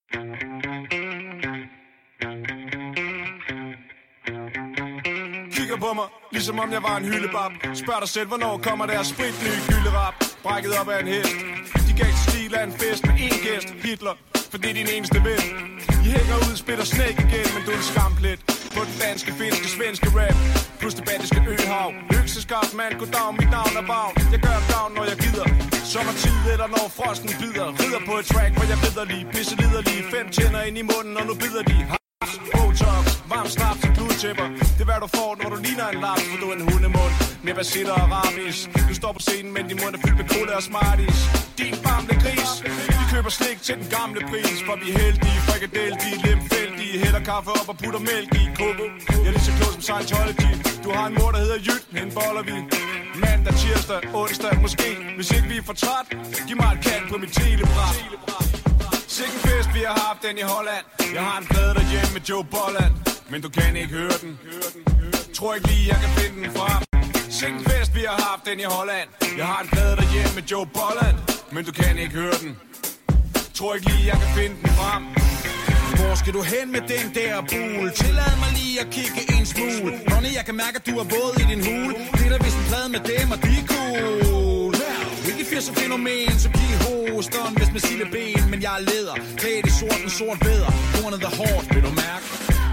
Kigger på mig, ligesom om jeg var en hyldebab. Spørg dig selv, hvornår kommer der spritny gylderap. Brækket op af en hest. De gav stil af en fest med én gæst, Hitler. For det er din eneste ven. I hænger ud, spiller Snake igen, men du er en skamplet. På den danske, finske, svenske rap. Plus det baltiske øhav. Økseskaft, mand, goddag, mit navn er Bavn. Jeg gør gavn, når jeg gider. Sommertid eller når frosten bider. Rider på et track, hvor jeg rider lige. Pisse lider lige. 5 tænder ind i munden, og nu bider de. Botox, varm snaps og kludtæpper. Det er hvad du får, når du ligner en laps. For du er en hundemund, med basitter og ramis. Du står på scenen, men din mund er fyldt med cola og smarties. Din bamle gris. Vi køber slik til den gamle pris. For vi er heldige, frikadældige, lemfældige. Hælder kaffe op og putter mælk i koko. Jeg er lige så klog som Scientology. Du har en mor, der hedder Jyt, hende boller vi. Mandag, tirsdag, onsdag, måske. Hvis ikke vi er for træt, giv mig et kald på mit telebræt. Sikken fest, vi har haft den i Holland. Jeg har en plade derhjemme med Joe Bolland. Men du kan ikke høre den. Tror ikke lige, jeg kan finde den frem. Sikken fest, vi har haft den i Holland. Jeg har en plade derhjemme med Joe Bolland. Men du kan ikke høre den. Tror ikke lige, jeg kan finde den frem. Hvor skal du hen med den der bul? Tillad mig lige at kigge en smule. Ronny, jeg kan mærke, at du er våd i din hul. Det er da vist en plade med dem, og de er cool. Ikke 80'er fænomen, så giv hosten, hvis med sille ben. Men jeg er leder, klædt i sort, en sort vædder. Hornet er hårdt, vil du mærke?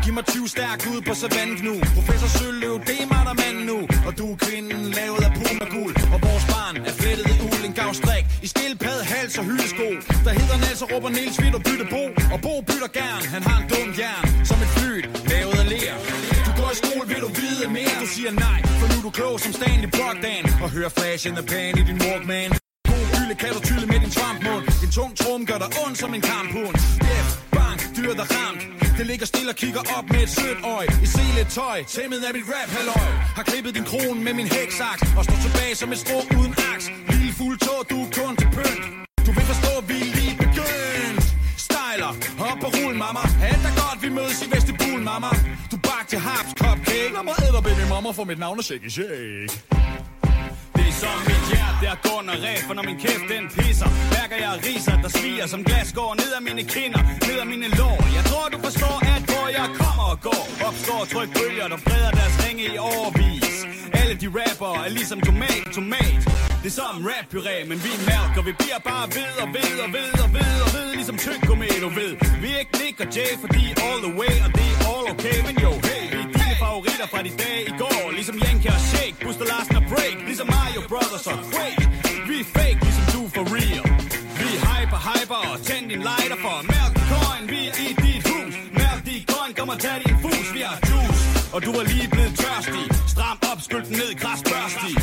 Giv mig 20 stærk ud på savannen nu. Professor Søløv, det er mig der manden nu. Og du er kvinden, lavet af puma-guld. Og vores barn er flettet i uld, en gavstrik. I skildpad, hals og hyldesko. Der hedder Niels og råber Niels, vil du bytte Bo? Og Bo bytter gern, han har en dum jern. Som et flyt, lavet af ler. Du går i skole, vil du vide mere? Du siger nej, for nu er du klog som Stanley Bogdan. Og hører Flash in the Pan i din Walkman. Kan du tylle med din svampmund. En tung trum gør dig ond som en kamphund. Def, bang, dyret er ramt. Det ligger stille og kigger op med et sødt øje. I selet tøj, tæmmet af mit rap-halløj. Har klippet din krone med min hæksaks. Og står tilbage som et strå uden aks. Lille fuld tog, du er kun til pynt. Du vil forstå, vi er lige begyndt. Styler, hop og rull, mamma. Alt er godt, vi mødes i Vestibul, mamma. Du bag til Harps cupcake. Lad mig æde baby mamma, for mit navn er Shake Shake. Som mit hjerte, der går når ræb, for når min kæft den pisser, mærker jeg riser, der sviger som glas går ned af mine kinder, ned af mine lår. Jeg tror du forstår, at hvor jeg kommer og går, opstår trykbølger, der breder deres ringe i overvis. Alle de rapper er ligesom tomat. Det er som rap-puré, men vi mælker, vi bliver bare ved og ved og ved og ved og ved, ligesom tyggegummi, du ved. Vi er ikke Nick og Jay, fordi all the way, og det er all okay, men jo, hey, vi er dine favoritter fra de dage i går, ligesom Yankee og Shake, Buster Larsen og Break, ligesom Mario Brothers og Quake. Vi er fake, ligesom du for real. Vi hyper og tænd din lighter for mærk din coin, vi er i dit hus. Mærk din coin, kom og tag din fus, vi har juice, og du er lige blevet tørstig. Stram op, skyld den ned, græs børstig.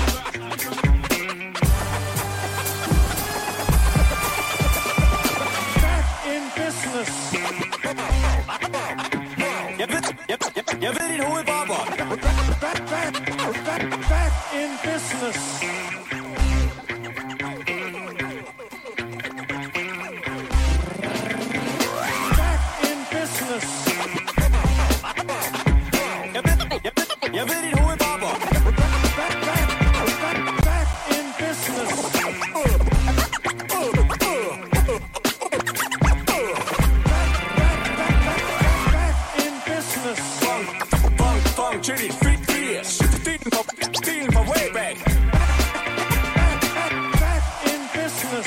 Jeg ved dit hoved, Bobber. Back in business. Back in business. Jeg ved dit hoved, Bobber. Back in business. Til dit fedt 80. Stilen fra way back. Back in business.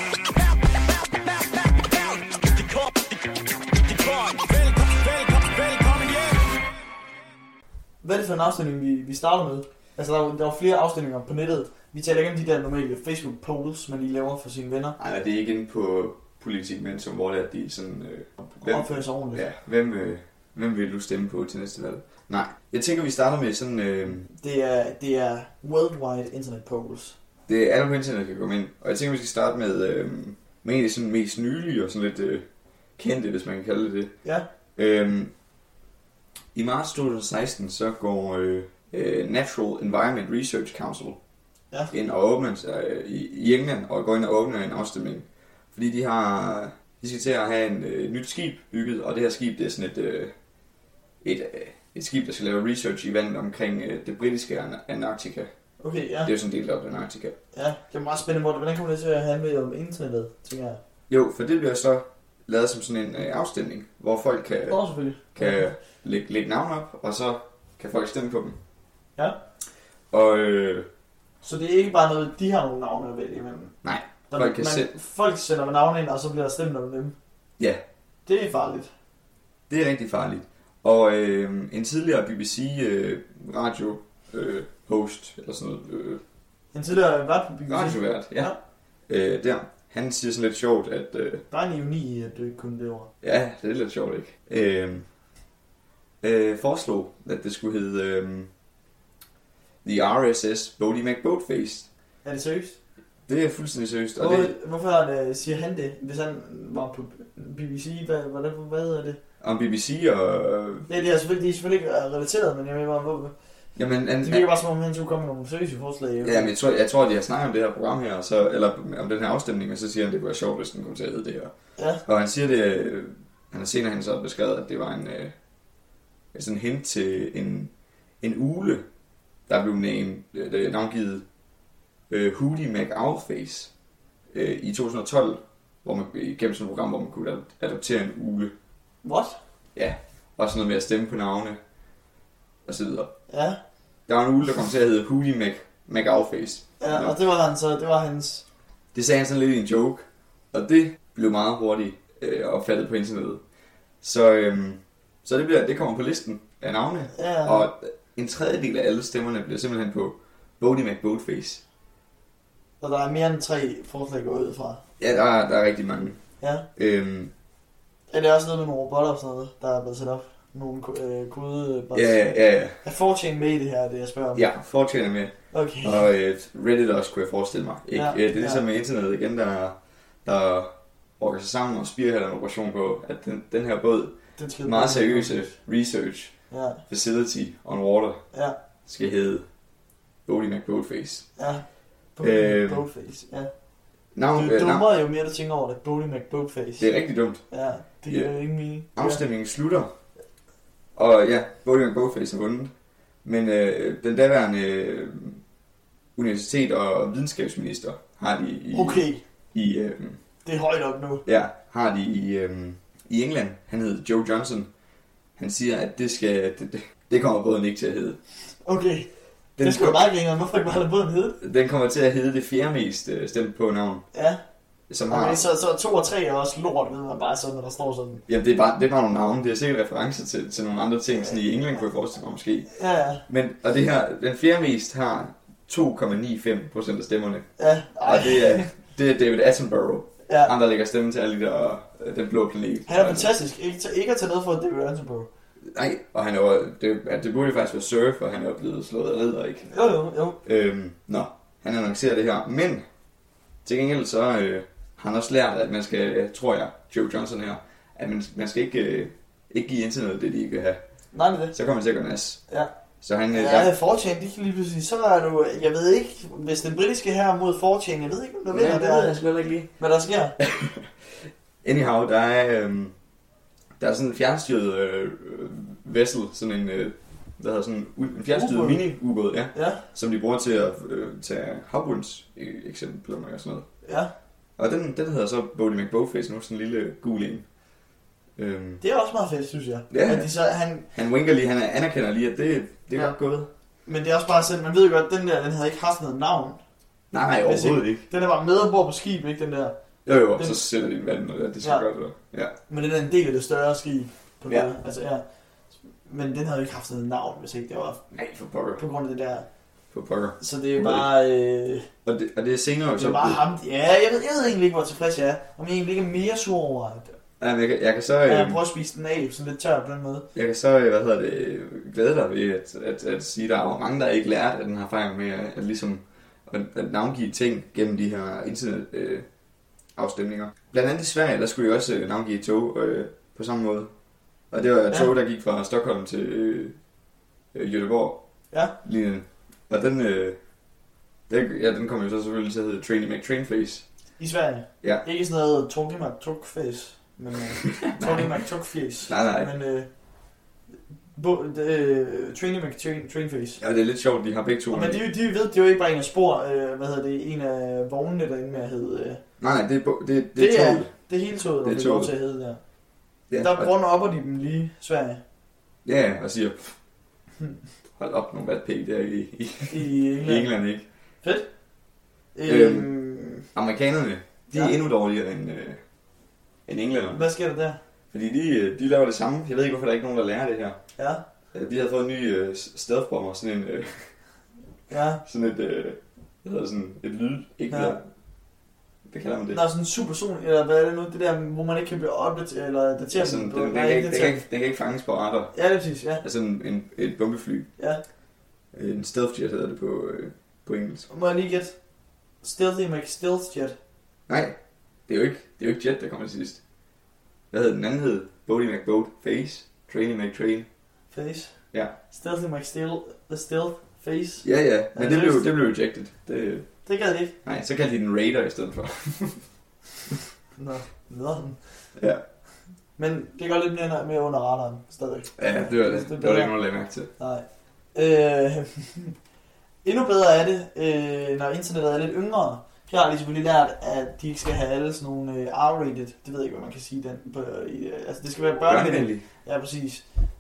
Velkommen hjem. Hvad er det for en afstemning, vi starter med? Altså, der var flere afstemninger på nettet. Vi taler ikke om de der normale Facebook-polls, man lige laver for sine venner. Nej, det er ikke inde på politik, men som hvor det er, de sådan... opfører sig ordentligt. Ja, hvem vil du stemme på til næste valg? Nej, jeg tænker, vi starter med sådan... Det er worldwide internet polls. Det er alle på internet, kan komme ind. Og jeg tænker, vi skal starte med en af de sådan mest nylige og sådan lidt kendte, hvis man kan kalde det. Ja. I marts 2016, så går Natural Environment Research Council ind og åbner i England og går ind og åbner en afstemning. Fordi de skal til at have et nyt skib bygget, og det her skib, det er sådan et skib, der skal lave research i vandet omkring det britiske Antarktika. Okay, ja. Det er jo sådan delt op i Antarktika. Ja, det er meget spændende. Hvordan kommer det til at handle om internettet, tænker jeg? Jo, for det bliver så lavet som sådan en afstemning, hvor folk kan lægge navn op, og så kan folk stemme på dem. Ja. Og så det er ikke bare noget, de har nogle navne at vælge imellem? Nej. Folk sender med navne ind, og så bliver der stemt om dem? Ja. Det er farligt. Det er rigtig farligt. Og en tidligere BBC radio host, eller sådan noget. En tidligere vært på BBC? Radiovært, ja. Der. Han siger sådan lidt sjovt, at... der er en ironi, at du ikke kunne det ord. Ja, det er lidt sjovt, ikke? Foreslog, at det skulle hedde The RSS Bodie McBoatface. Er det seriøst? Det er fuldstændig seriøst. Hvorfor siger han det, hvis han var på BBC? Hvad er det? Om BBC og... Ja, de er selvfølgelig ikke relateret, men jeg ved bare, hvorfor... Jamen, det virker bare som om han skulle komme med nogle seriøse forslag. Ja, men jeg tror, de har snakket om det her program her, så, eller om den her afstemning, og så siger han, at det kunne være sjovt, hvis den kom til at hedde det her. Ja. Og han siger det, han har senere så beskrevet, at det var sådan en hint til en ule, der blev navngivet Hootie McOwlface i 2012, hvor man gennem sådan et program, hvor man kunne adoptere en ule. What? Ja, og sådan noget med at stemme på navne og så videre. Ja. Der var en ule, der kom til at hedde Hootie McOwlface. Ja, og det var hans... Det sagde han sådan lidt i en joke, og det blev meget hurtigt opfattet på internettet. Så Så det kommer på listen af navne, og en tredjedel af alle stemmerne bliver simpelthen på Bodie McBoatface. Og der er mere end 3 forslag gået ud fra. Ja, der er rigtig mange. Ja. Er det også noget med nogle robotter og sådan noget, der er blevet sat op? Nogle kodebots? Ja. Er 4chan med i det her, det jeg spørger om? Ja, 4chan er med. Okay. Og Reddit også, kunne jeg forestille mig. Ikke? Ja, det er ligesom med internet igen, der rykker sig sammen og spearheader en operation på, at den her båd, meget seriøse research facility on water, skal hedde Bodie McBoatface. Ja, Bodie McBoatface, ja. Du dummer jo mere, du tænker over det. Bodie McBoatface. Det er rigtig dumt. Ja, det giver jo ingen mening. Afstemningen slutter. Og ja, Bodie McBoatface har vundet. Men den daværende universitet- og videnskabsminister har de i det er højt op nu. Ja, har de i England. Han hedder Joe Johnson. Han siger, at det kommer båden ikke til at hedde. Okay. Det skal jo bare ikke længere. Hvorfor ikke bare lade båden hedde? Den kommer til at hedde det fjerde mest stemt på navn. Ja. Som okay, så 2 og 3 er også lort, ved man bare sådan, når der står sådan. Jamen, det er bare nogle navne. Det er sikkert referencer til nogle andre ting, sådan i England kunne jeg forestille mig måske. Ja. Men, og det her, den fjerde mest har 2,95% af stemmerne. Ja. Og det er David Attenborough. Ja. Andre lægger stemme til alle den blå planet. Han er fantastisk. Ikke at tage noget for David Attenborough. Nej, og han er det burde faktisk være surf, og han er blevet slået af ridder, ikke? Jo. Han annoncerer det her. Men til gengæld så har han også lært, at man skal, tror jeg, Joe Johnson her, at man skal ikke give internettet det, de ikke vil have. Nej, det er det. Så kommer man til at gøre nas. Ja. Så han... 4chan, de kan lige pludselig, så er du, jeg ved ikke, hvis den britiske her mod 4chan, jeg ved ikke, om du vinder der. Det ved jeg sgu ikke lige. Hvad der sker? Anyhow, der er sådan en fjernstyret vessel, sådan en, hvad hedder sådan en fjernstyret mini-ubåd, ja, som de bruger til at tage havbunds eksempler og sådan noget. Ja. Og den hedder så Bodie McBoatface nu, sådan en lille gul en. Det er også meget fedt, synes jeg. Ja, at de så, han winker lige, han anerkender lige, at det er godt gået. Men det er også bare sådan, man ved jo godt, den havde ikke haft noget navn. Nej, overhovedet ikke. Den er bare med ombord på skib, ikke den der? Jo, så sætter de en vand, og det skal godt. Ja. Men den er en del af det større skib. På det. Altså, ja. Men den havde jo ikke haft noget navn, hvis ikke det var... Nej, for pokker. På grund af det der... For pokker. Så det er bare... Og det er senere... Det er bare ham... Ja, jeg ved egentlig ikke, hvor tilfreds jeg er. Om jeg egentlig ikke er mere sur over det. Ja, men jeg kan så... Jeg prøver at spise den af, sådan lidt tør på den måde. Jeg kan så, glæde dig ved at sige, at der er mange, der ikke lært af den her erfaring med at ligesom... at navngive ting gennem de her internet afstemninger. Blandt andet i Sverige, der skulle jeg også navngive tog på samme måde. Og det var tog, der gik fra Stockholm til Göteborg. Ja. Linjen. Og den kom jo så selvfølgelig til at hedde Trainee McTrainface. I Sverige? Ja. Ikke sådan noget Tony McTruckface, men Tony McTruckface. Nej. Men Trainee McTrainface. Ja, det er lidt sjovt, de har begge to. Men de ved, det er jo ikke bare en af spor, en af vognene derinde med at hedde... Nej, det er toget. Det er hele toget, der bliver lov til at hedde der. Ja, der opper de dem lige Sverige. Ja, og siger, hold op nogle vatpæk der i England, ikke? Fedt. Amerikanerne, de er endnu dårligere end englænderne. Hvad sker der der? Fordi de laver det samme. Jeg ved ikke, hvorfor der er ikke nogen, der lærer det her. Ja. De havde fået en ny stealth-bomber, sådan en... sådan et... hvad hedder sådan et lyd, ikke der. Hvad kalder man det? Der er sådan en superson, eller hvad er det nu? Det der, hvor man ikke kan blive opdateret eller dateret den på. Den kan ikke fanges på radar. Ja, det er præcis, ja. Altså et bombefly. Ja. En stealth jet hedder det på engelsk. Må jeg lige gætte? Stealth jet? Nej, det er jo ikke jet, der kommer til sidst. Hvad hedder den anden hed? Bodie McBoatface. Trainee McTrain. Face? Ja. Stealth Face? Ja, men det blev rejected. Det gad de ikke. Nej, så kaldte de den Raider i stedet for. Nå. Ja. Men det går lidt mere under radaren stadig. Ja, det var det. Det var det ikke nogen, der lagde mærke til. Nej. Endnu bedre er det, når internettet er lidt yngre. Her har de selvfølgelig lært, at de ikke skal have alle sådan nogle R-rated. Det ved jeg ikke, hvad man kan sige den. Altså det skal være børnevenligt. Ja, præcis.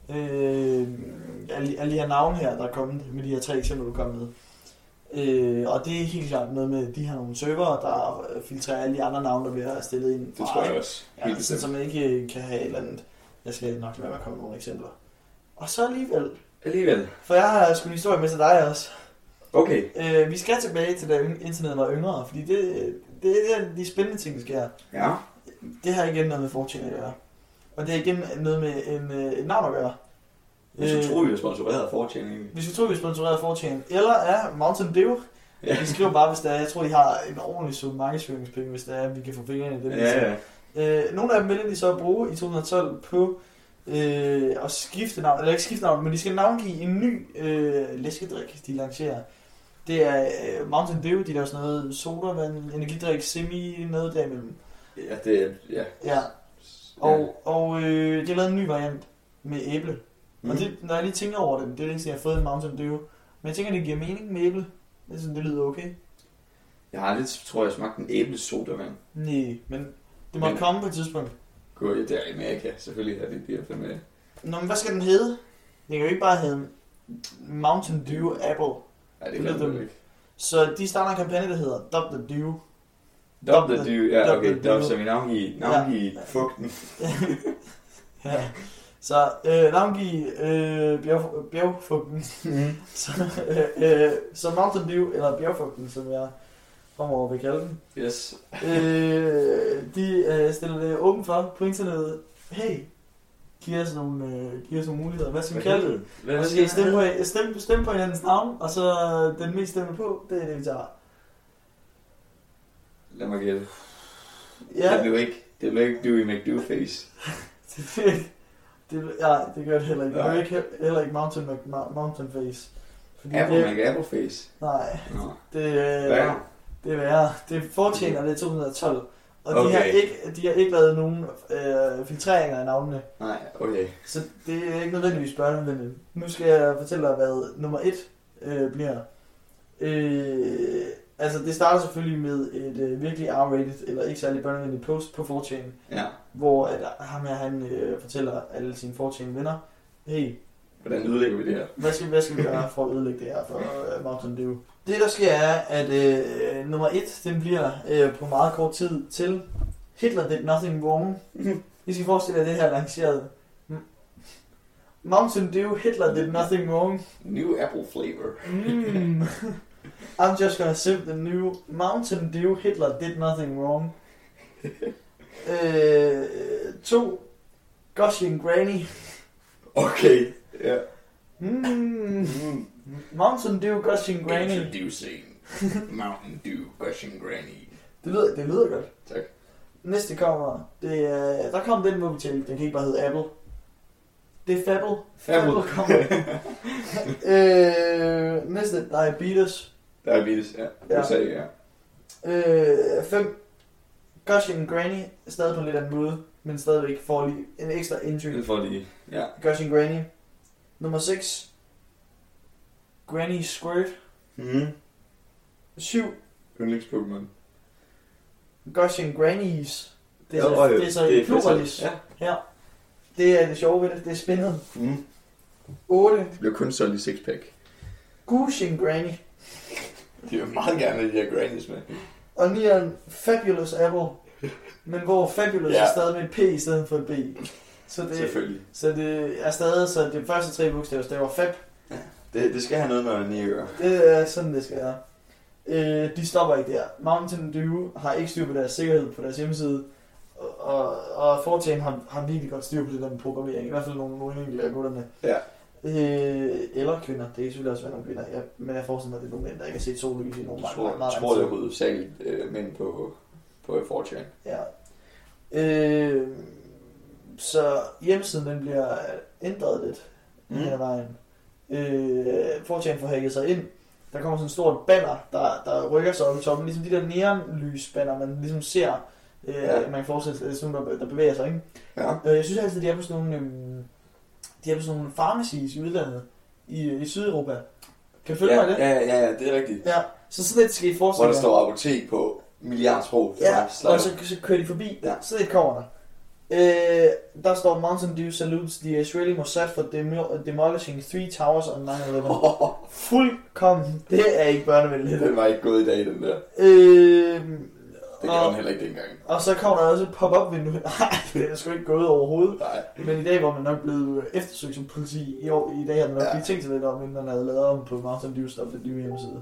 Alle de her navne her, der er kommet med de her 3 eksempler, du kom med. Og det er helt klart noget med, de har nogle servere, der filtrerer alle de andre navne, der bliver stillet ind. Det tror jeg også. Ja, så man ikke kan have et eller andet Jeg skal nok lade være at komme med nogle eksempler. Og så alligevel. For jeg har sgu en historie med til dig også. Okay. Vi skal tilbage til da internettet var yngre, fordi det er de spændende ting, der sker. Ja. Det har igen noget med fortune at gøre. Og det er igen noget med et navn at gøre. Hvis du tror, vi er sponsoreret af 4chan. Hvis vi tror, vi er sponsoreret af 4chan. Eller er Mountain Dew. Ja. Vi skriver bare, hvis der er. Jeg tror, de har en ordentlig sum markedsføringspenge, hvis der er, vi kan få fingrene i det. Ja. Nogle af dem vælger de så at bruge i 2012 på at skifte navn. Eller ikke skifte navn, men de skal navngive en ny læskedrik, de lancerer. Det er Mountain Dew, de laver sådan noget sodavand, energidrik, semi, noget derimellem. Ja, det er, ja. Og de har lavet en ny variant med æble. Og det, når jeg lige tænker over det, det er det eneste, jeg har fået en Mountain Dew. Men jeg tænker, det giver mening med æble. Det lyder okay. Jeg har lidt, tror jeg, smagt en æblesodavand. Nej, men det må komme på et tidspunkt. Gud, det er i Amerika, selvfølgelig er det de her med. Nå, men hvad skal den hedde? Den kan jo ikke bare hedde Mountain Dew Apple. Ja, det kan det ikke. Så de starter en kampagne, der hedder Dub the Dew. Dub the Dew, ja, okay. Dub, så vi navngive fugten. Ja. Så navngive bjergfugten. Så Mountain Dew, eller bjergfugten, som jeg fremover vil kalde den. Yes. De stiller det åben for på internettet. Hey, giver os nogle muligheder. Hvad skal vi kalde det? Hvad skal I stemme på hinandens navn, og så den mest stemme på, det er det, vi tager. Lad mig gætte. Ja. Det blev ikke Dewey McDo-face. Det gør det heller ikke. Det gør ikke heller ikke Mountain Face. Apple Face. Nej. Det er værre. Det fortjener det 2012. Og okay. de har ikke lavet nogen filtreringer af navnene. Nej, okay. Så det er ikke nødvendigvis børnevenligt. Nu skal jeg fortælle dig, hvad nummer 1 bliver. Altså det starter selvfølgelig med et virkelig R-rated, eller ikke særlig børnevenligt post på 4chan. Ja. Hvor han fortæller alle sine 4chan-venner, hey, hvordan ødelægger vi det her? Hvad skal vi gøre for at ødelægge det her for Mountain Dew? Det der sker er, at nummer 1, den bliver på meget kort tid til Hitler did nothing wrong. I skal forestille jer det her lanceret. Mountain Dew, Hitler did nothing wrong. New apple flavor. I'm just gonna sip the new Mountain Dew, Hitler did nothing wrong. 2, Gushing Granny. Okay, ja. Mountain Dew, Gushing Granny. Introducing Mountain Dew, Gushing Granny. Det lyder godt. Tak. Næste kommer, der kom den mobil, den kan ikke bare hedde Apple. Det er Fable. Fable kommer. Næste, Diabetes. Diabetes, ja. USA, ja. 5. Gushing Granny, stadig på en lidt anden måde, men stadigvæk får lige en ekstra entry. Det får lige, ja. Gushing Granny. Nummer 6. Granny Squirt. 7. Yndlings-Pokémon. Gushing Grannies. Det er så i pluralis. Ja. Det er det sjove ved det. Det er spændende. 8. Det bliver kun solgt i 6-pack. Gushing Granny. De vil meget gerne have de her Grannies med. Og 9. Fabulous Apple. Men hvor Fabulous er stadig med et P i stedet for et B. Så det, selvfølgelig. Så det er stadig, så det første 3 bogstaver, det var Fab. Ja, det skal have noget med at gøre. Det er sådan, det skal være. De stopper ikke der. Mountain Dew har ikke styr på deres sikkerhed på deres hjemmeside. Og 4chan har virkelig godt styr på det der med programmering. I hvert fald nogle enkelte af gutterne. Ja. Eller kvinder. Det er selvfølgelig også nogle kvinder. Men jeg forestiller mig, at det er nogle mænd, der ikke har set sollys i nogle meget. Jeg tror, det er hovedsageligt mænd på 4chan. Ja. Så hjemmesiden den bliver ændret lidt hen ad vejen. 4chan får hacket sig ind. Der kommer sådan en stort banner, der rykker sig op i toppen. Ligesom de der neonlysbanner, man ligesom ser. Man kan forestille sig, at det er sådan nogle, der bevæger sig, ikke? Ja. Jeg synes altid, de er på sådan nogle pharmacies i udlandet. I Sydeuropa. Kan du følge mig det? Ja, det er rigtigt. Ja, så sådan et skal I forestille. Hvor der står apotek på milliardsprog. Ja, og så kører de forbi. Ja. Så det kommer der. Der står Mountain Dew salutes the Israeli Mossad for demolishing 3 towers on 9/11. Fuldkommen. Det er ikke børnevenligt. Den var ikke gået i dag, den der. Det gjorde den heller ikke dengang. Og så kommer der også et pop-up vindue. Nej, det er sgu ikke gået overhovedet. Nej. Men i dag var man nok blevet eftersøgt som politi. I dag har man nok lige tænkt sig lidt om, inden man havde lavet om på Mountain Dew Stop, det nye hjemmeside.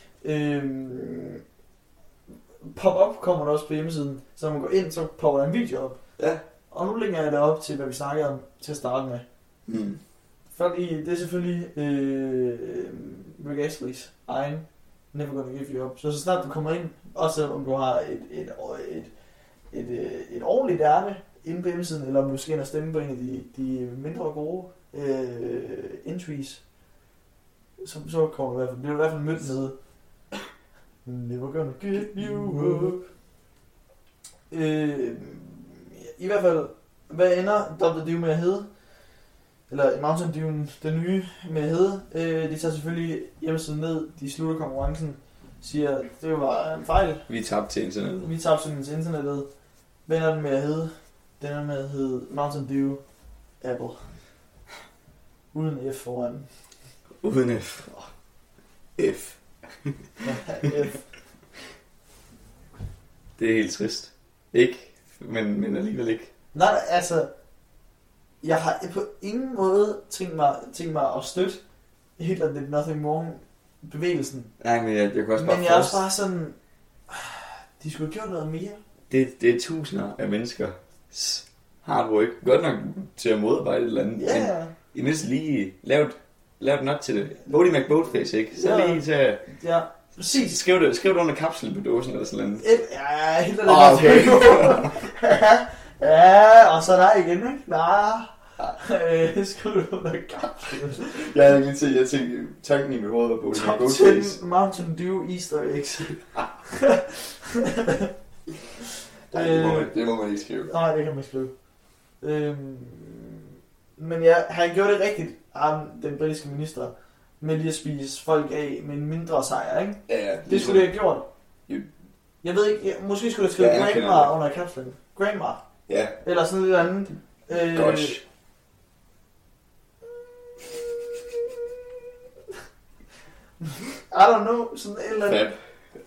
Pop-up kommer der også på hjemmesiden. Så når man går ind, så popper der en video op. Ja. Og nu lægger jeg det op til, hvad vi snakker om til at starte med. Mm. Fordi det er selvfølgelig Rick Astley's egen Never Gonna Give You Up. Så snart du kommer ind, også selvom du har et ordentligt ærne inde på hjemmesiden, eller om du skal ind og stemme på en af de mindre gode entries, så kommer du i hvert fald, bliver du i hvert fald mødt med Never Gonna Give You Up. I hvert fald, hvad ender Dr. Dew med at hedde? Eller Mountain Dew, den nye med at hedde. De tager selvfølgelig hjemmesiden ned, de slutter konkurrencen, siger, det var en fejl. Vi tabte til internettet. Vi tabte simpelthen til internettet. Hvad ender den med at hedde? Den er med at hedde Mountain Dew Apple. Uden F foran. Uden F. F. F. Det er helt trist. Ikke, men alligevel ikke. Nej, altså, jeg har på ingen måde tænkt mig at støtte helt af det Nothing Wrong bevægelsen. Nej, men jeg kan også bare men jeg er også bare sådan, de skulle have gjort noget mere. Det er tusinder af mennesker hard work. Godt nok til at modarbejde et eller andet. Ja. Men i mindst lige lavet not til det. Bodie McBoatface, ikke? Så lige til at... Ja, præcis. Skriv det under kapslen på dåsen eller sådan noget. Ja, helt af det. Okay. Ja, og så der igen, ikke? Nej. Skriv det under kapslen. Jeg havde lige til, jeg tænkte, tanken i mit hoved var Bodie McBoatface. Top 10 Mountain Dew Easter eggs. Det må man ikke skrive. Nej, det kan man ikke skrive. Men ja, han gjorde det rigtigt, den britiske minister, med lige at spise folk af med en mindre sejr, ikke? Ja, det skulle det have gjort. Jeg ved ikke, måske skulle det skrive grandma under kapslen. Grandma. Ja. Eller sådan noget andet. Gosh. I don't know, sådan et eller andet.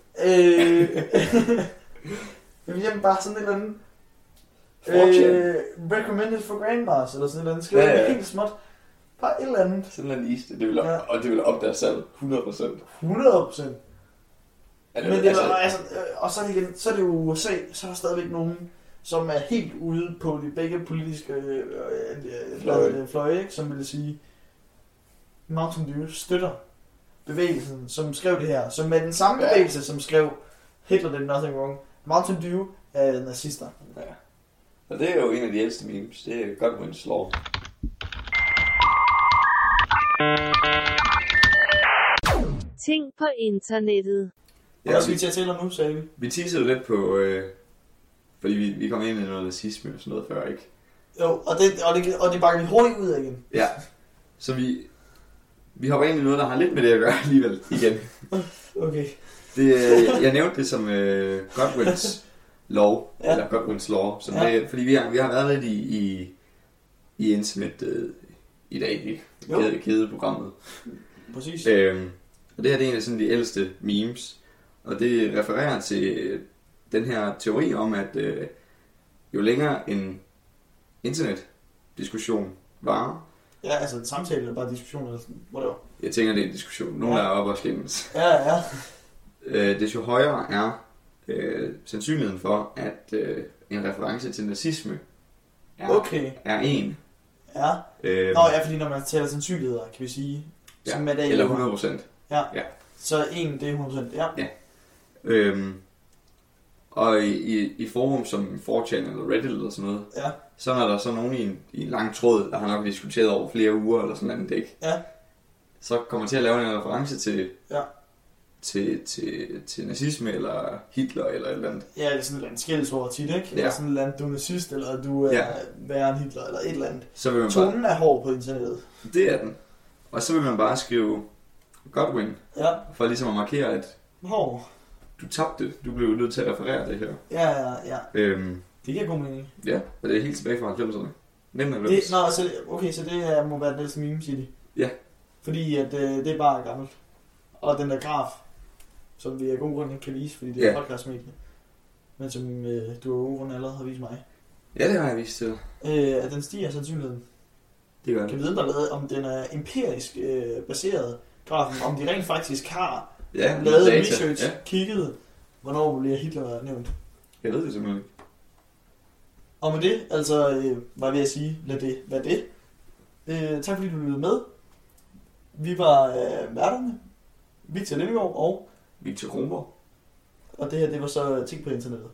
Jamen bare sådan et eller andet. Recommended for grandmas, eller sådan et eller andet. Skriv det helt småt. Bare et eller andet. Sådan en is, og det vil op deres salg 100%. 100%. Men det altså, var, altså, og så igen, så er det jo USA, så er der stadigvæk nogen, som er helt ude på de begge politiske fløje, som vil sige, Mountain Dew støtter bevægelsen, som skrev det her, som er den samme bevægelse, som skrev Hitler did nothing wrong. Mountain Dew er nazister. Ja. Og det er jo en af de ældste memes. Det er Godwin's Law. Ting på internettet. Ja, hvad skal vi til at tale om nu, sagde vi? Vi teasede lidt på, fordi vi kom ind i noget nazisme og sådan noget før, ikke? Jo, og det bakker vi hurtigt ud af igen. Ja, så vi hopper ind i noget, der har lidt med det at gøre alligevel igen. Okay. Jeg nævnte det som Godwin's Law, eller Godwin's Law, som det, fordi vi har været lidt i internettet i dag, i kædeprogrammet. Præcis. Og det her det er en af sådan de ældste memes, og det refererer til den her teori om, at jo længere en internetdiskussion varer. Ja, altså en samtale eller bare diskussion eller sådan, whatever. Jeg tænker, det er en diskussion. Nogen er oppe og skændes. Ja. Desto højere er sandsynligheden for, at en reference til nazisme er en. Ja. Fordi når man taler sandsynligheder, kan vi sige, som er det, eller 100%. Ja. Så en, det er 100%, ja. Og i forum som 4chan eller Reddit eller sådan noget, så er der så nogen i en lang tråd, der har nok diskuteret over flere uger eller sådan noget, ikke? Ja. Så kommer til at lave en reference til nazisme eller Hitler eller et eller andet. Ja, det er sådan et eller andet skældsord tit, ikke? Eller sådan et eller andet, du er nazist, eller du er værre end Hitler, eller et eller andet. Så vil man tonen er hård på internettet. Det er den. Og så vil man bare skrive Godwin, for ligesom at markere, at du tabte, du blev nødt til at referere det her. Ja. Det giver god mening. Ja, og det er helt tilbage fra 90'erne. Så det må være den ældste meme, siger de. Ja. Fordi at det er bare gammelt. Og den der graf, som vi af god grund ikke kan vise, fordi det er podcastmedie. men som du allerede har vist mig. Ja, det har jeg vist til. At den stiger sandsynligheden. Det gør det. Kan vide, om den er empirisk baseret grafen, om de rent faktisk har lavet research, kigget, hvornår bliver Hitler nævnt. Jeg ved det simpelthen ikke. Og med det, var jeg ved at sige, lad det være det. Tak fordi du lyttede med. Vi var værterne, Victor Lindegaard og Victor Kronborg. Og det her, det var så Ting på internettet.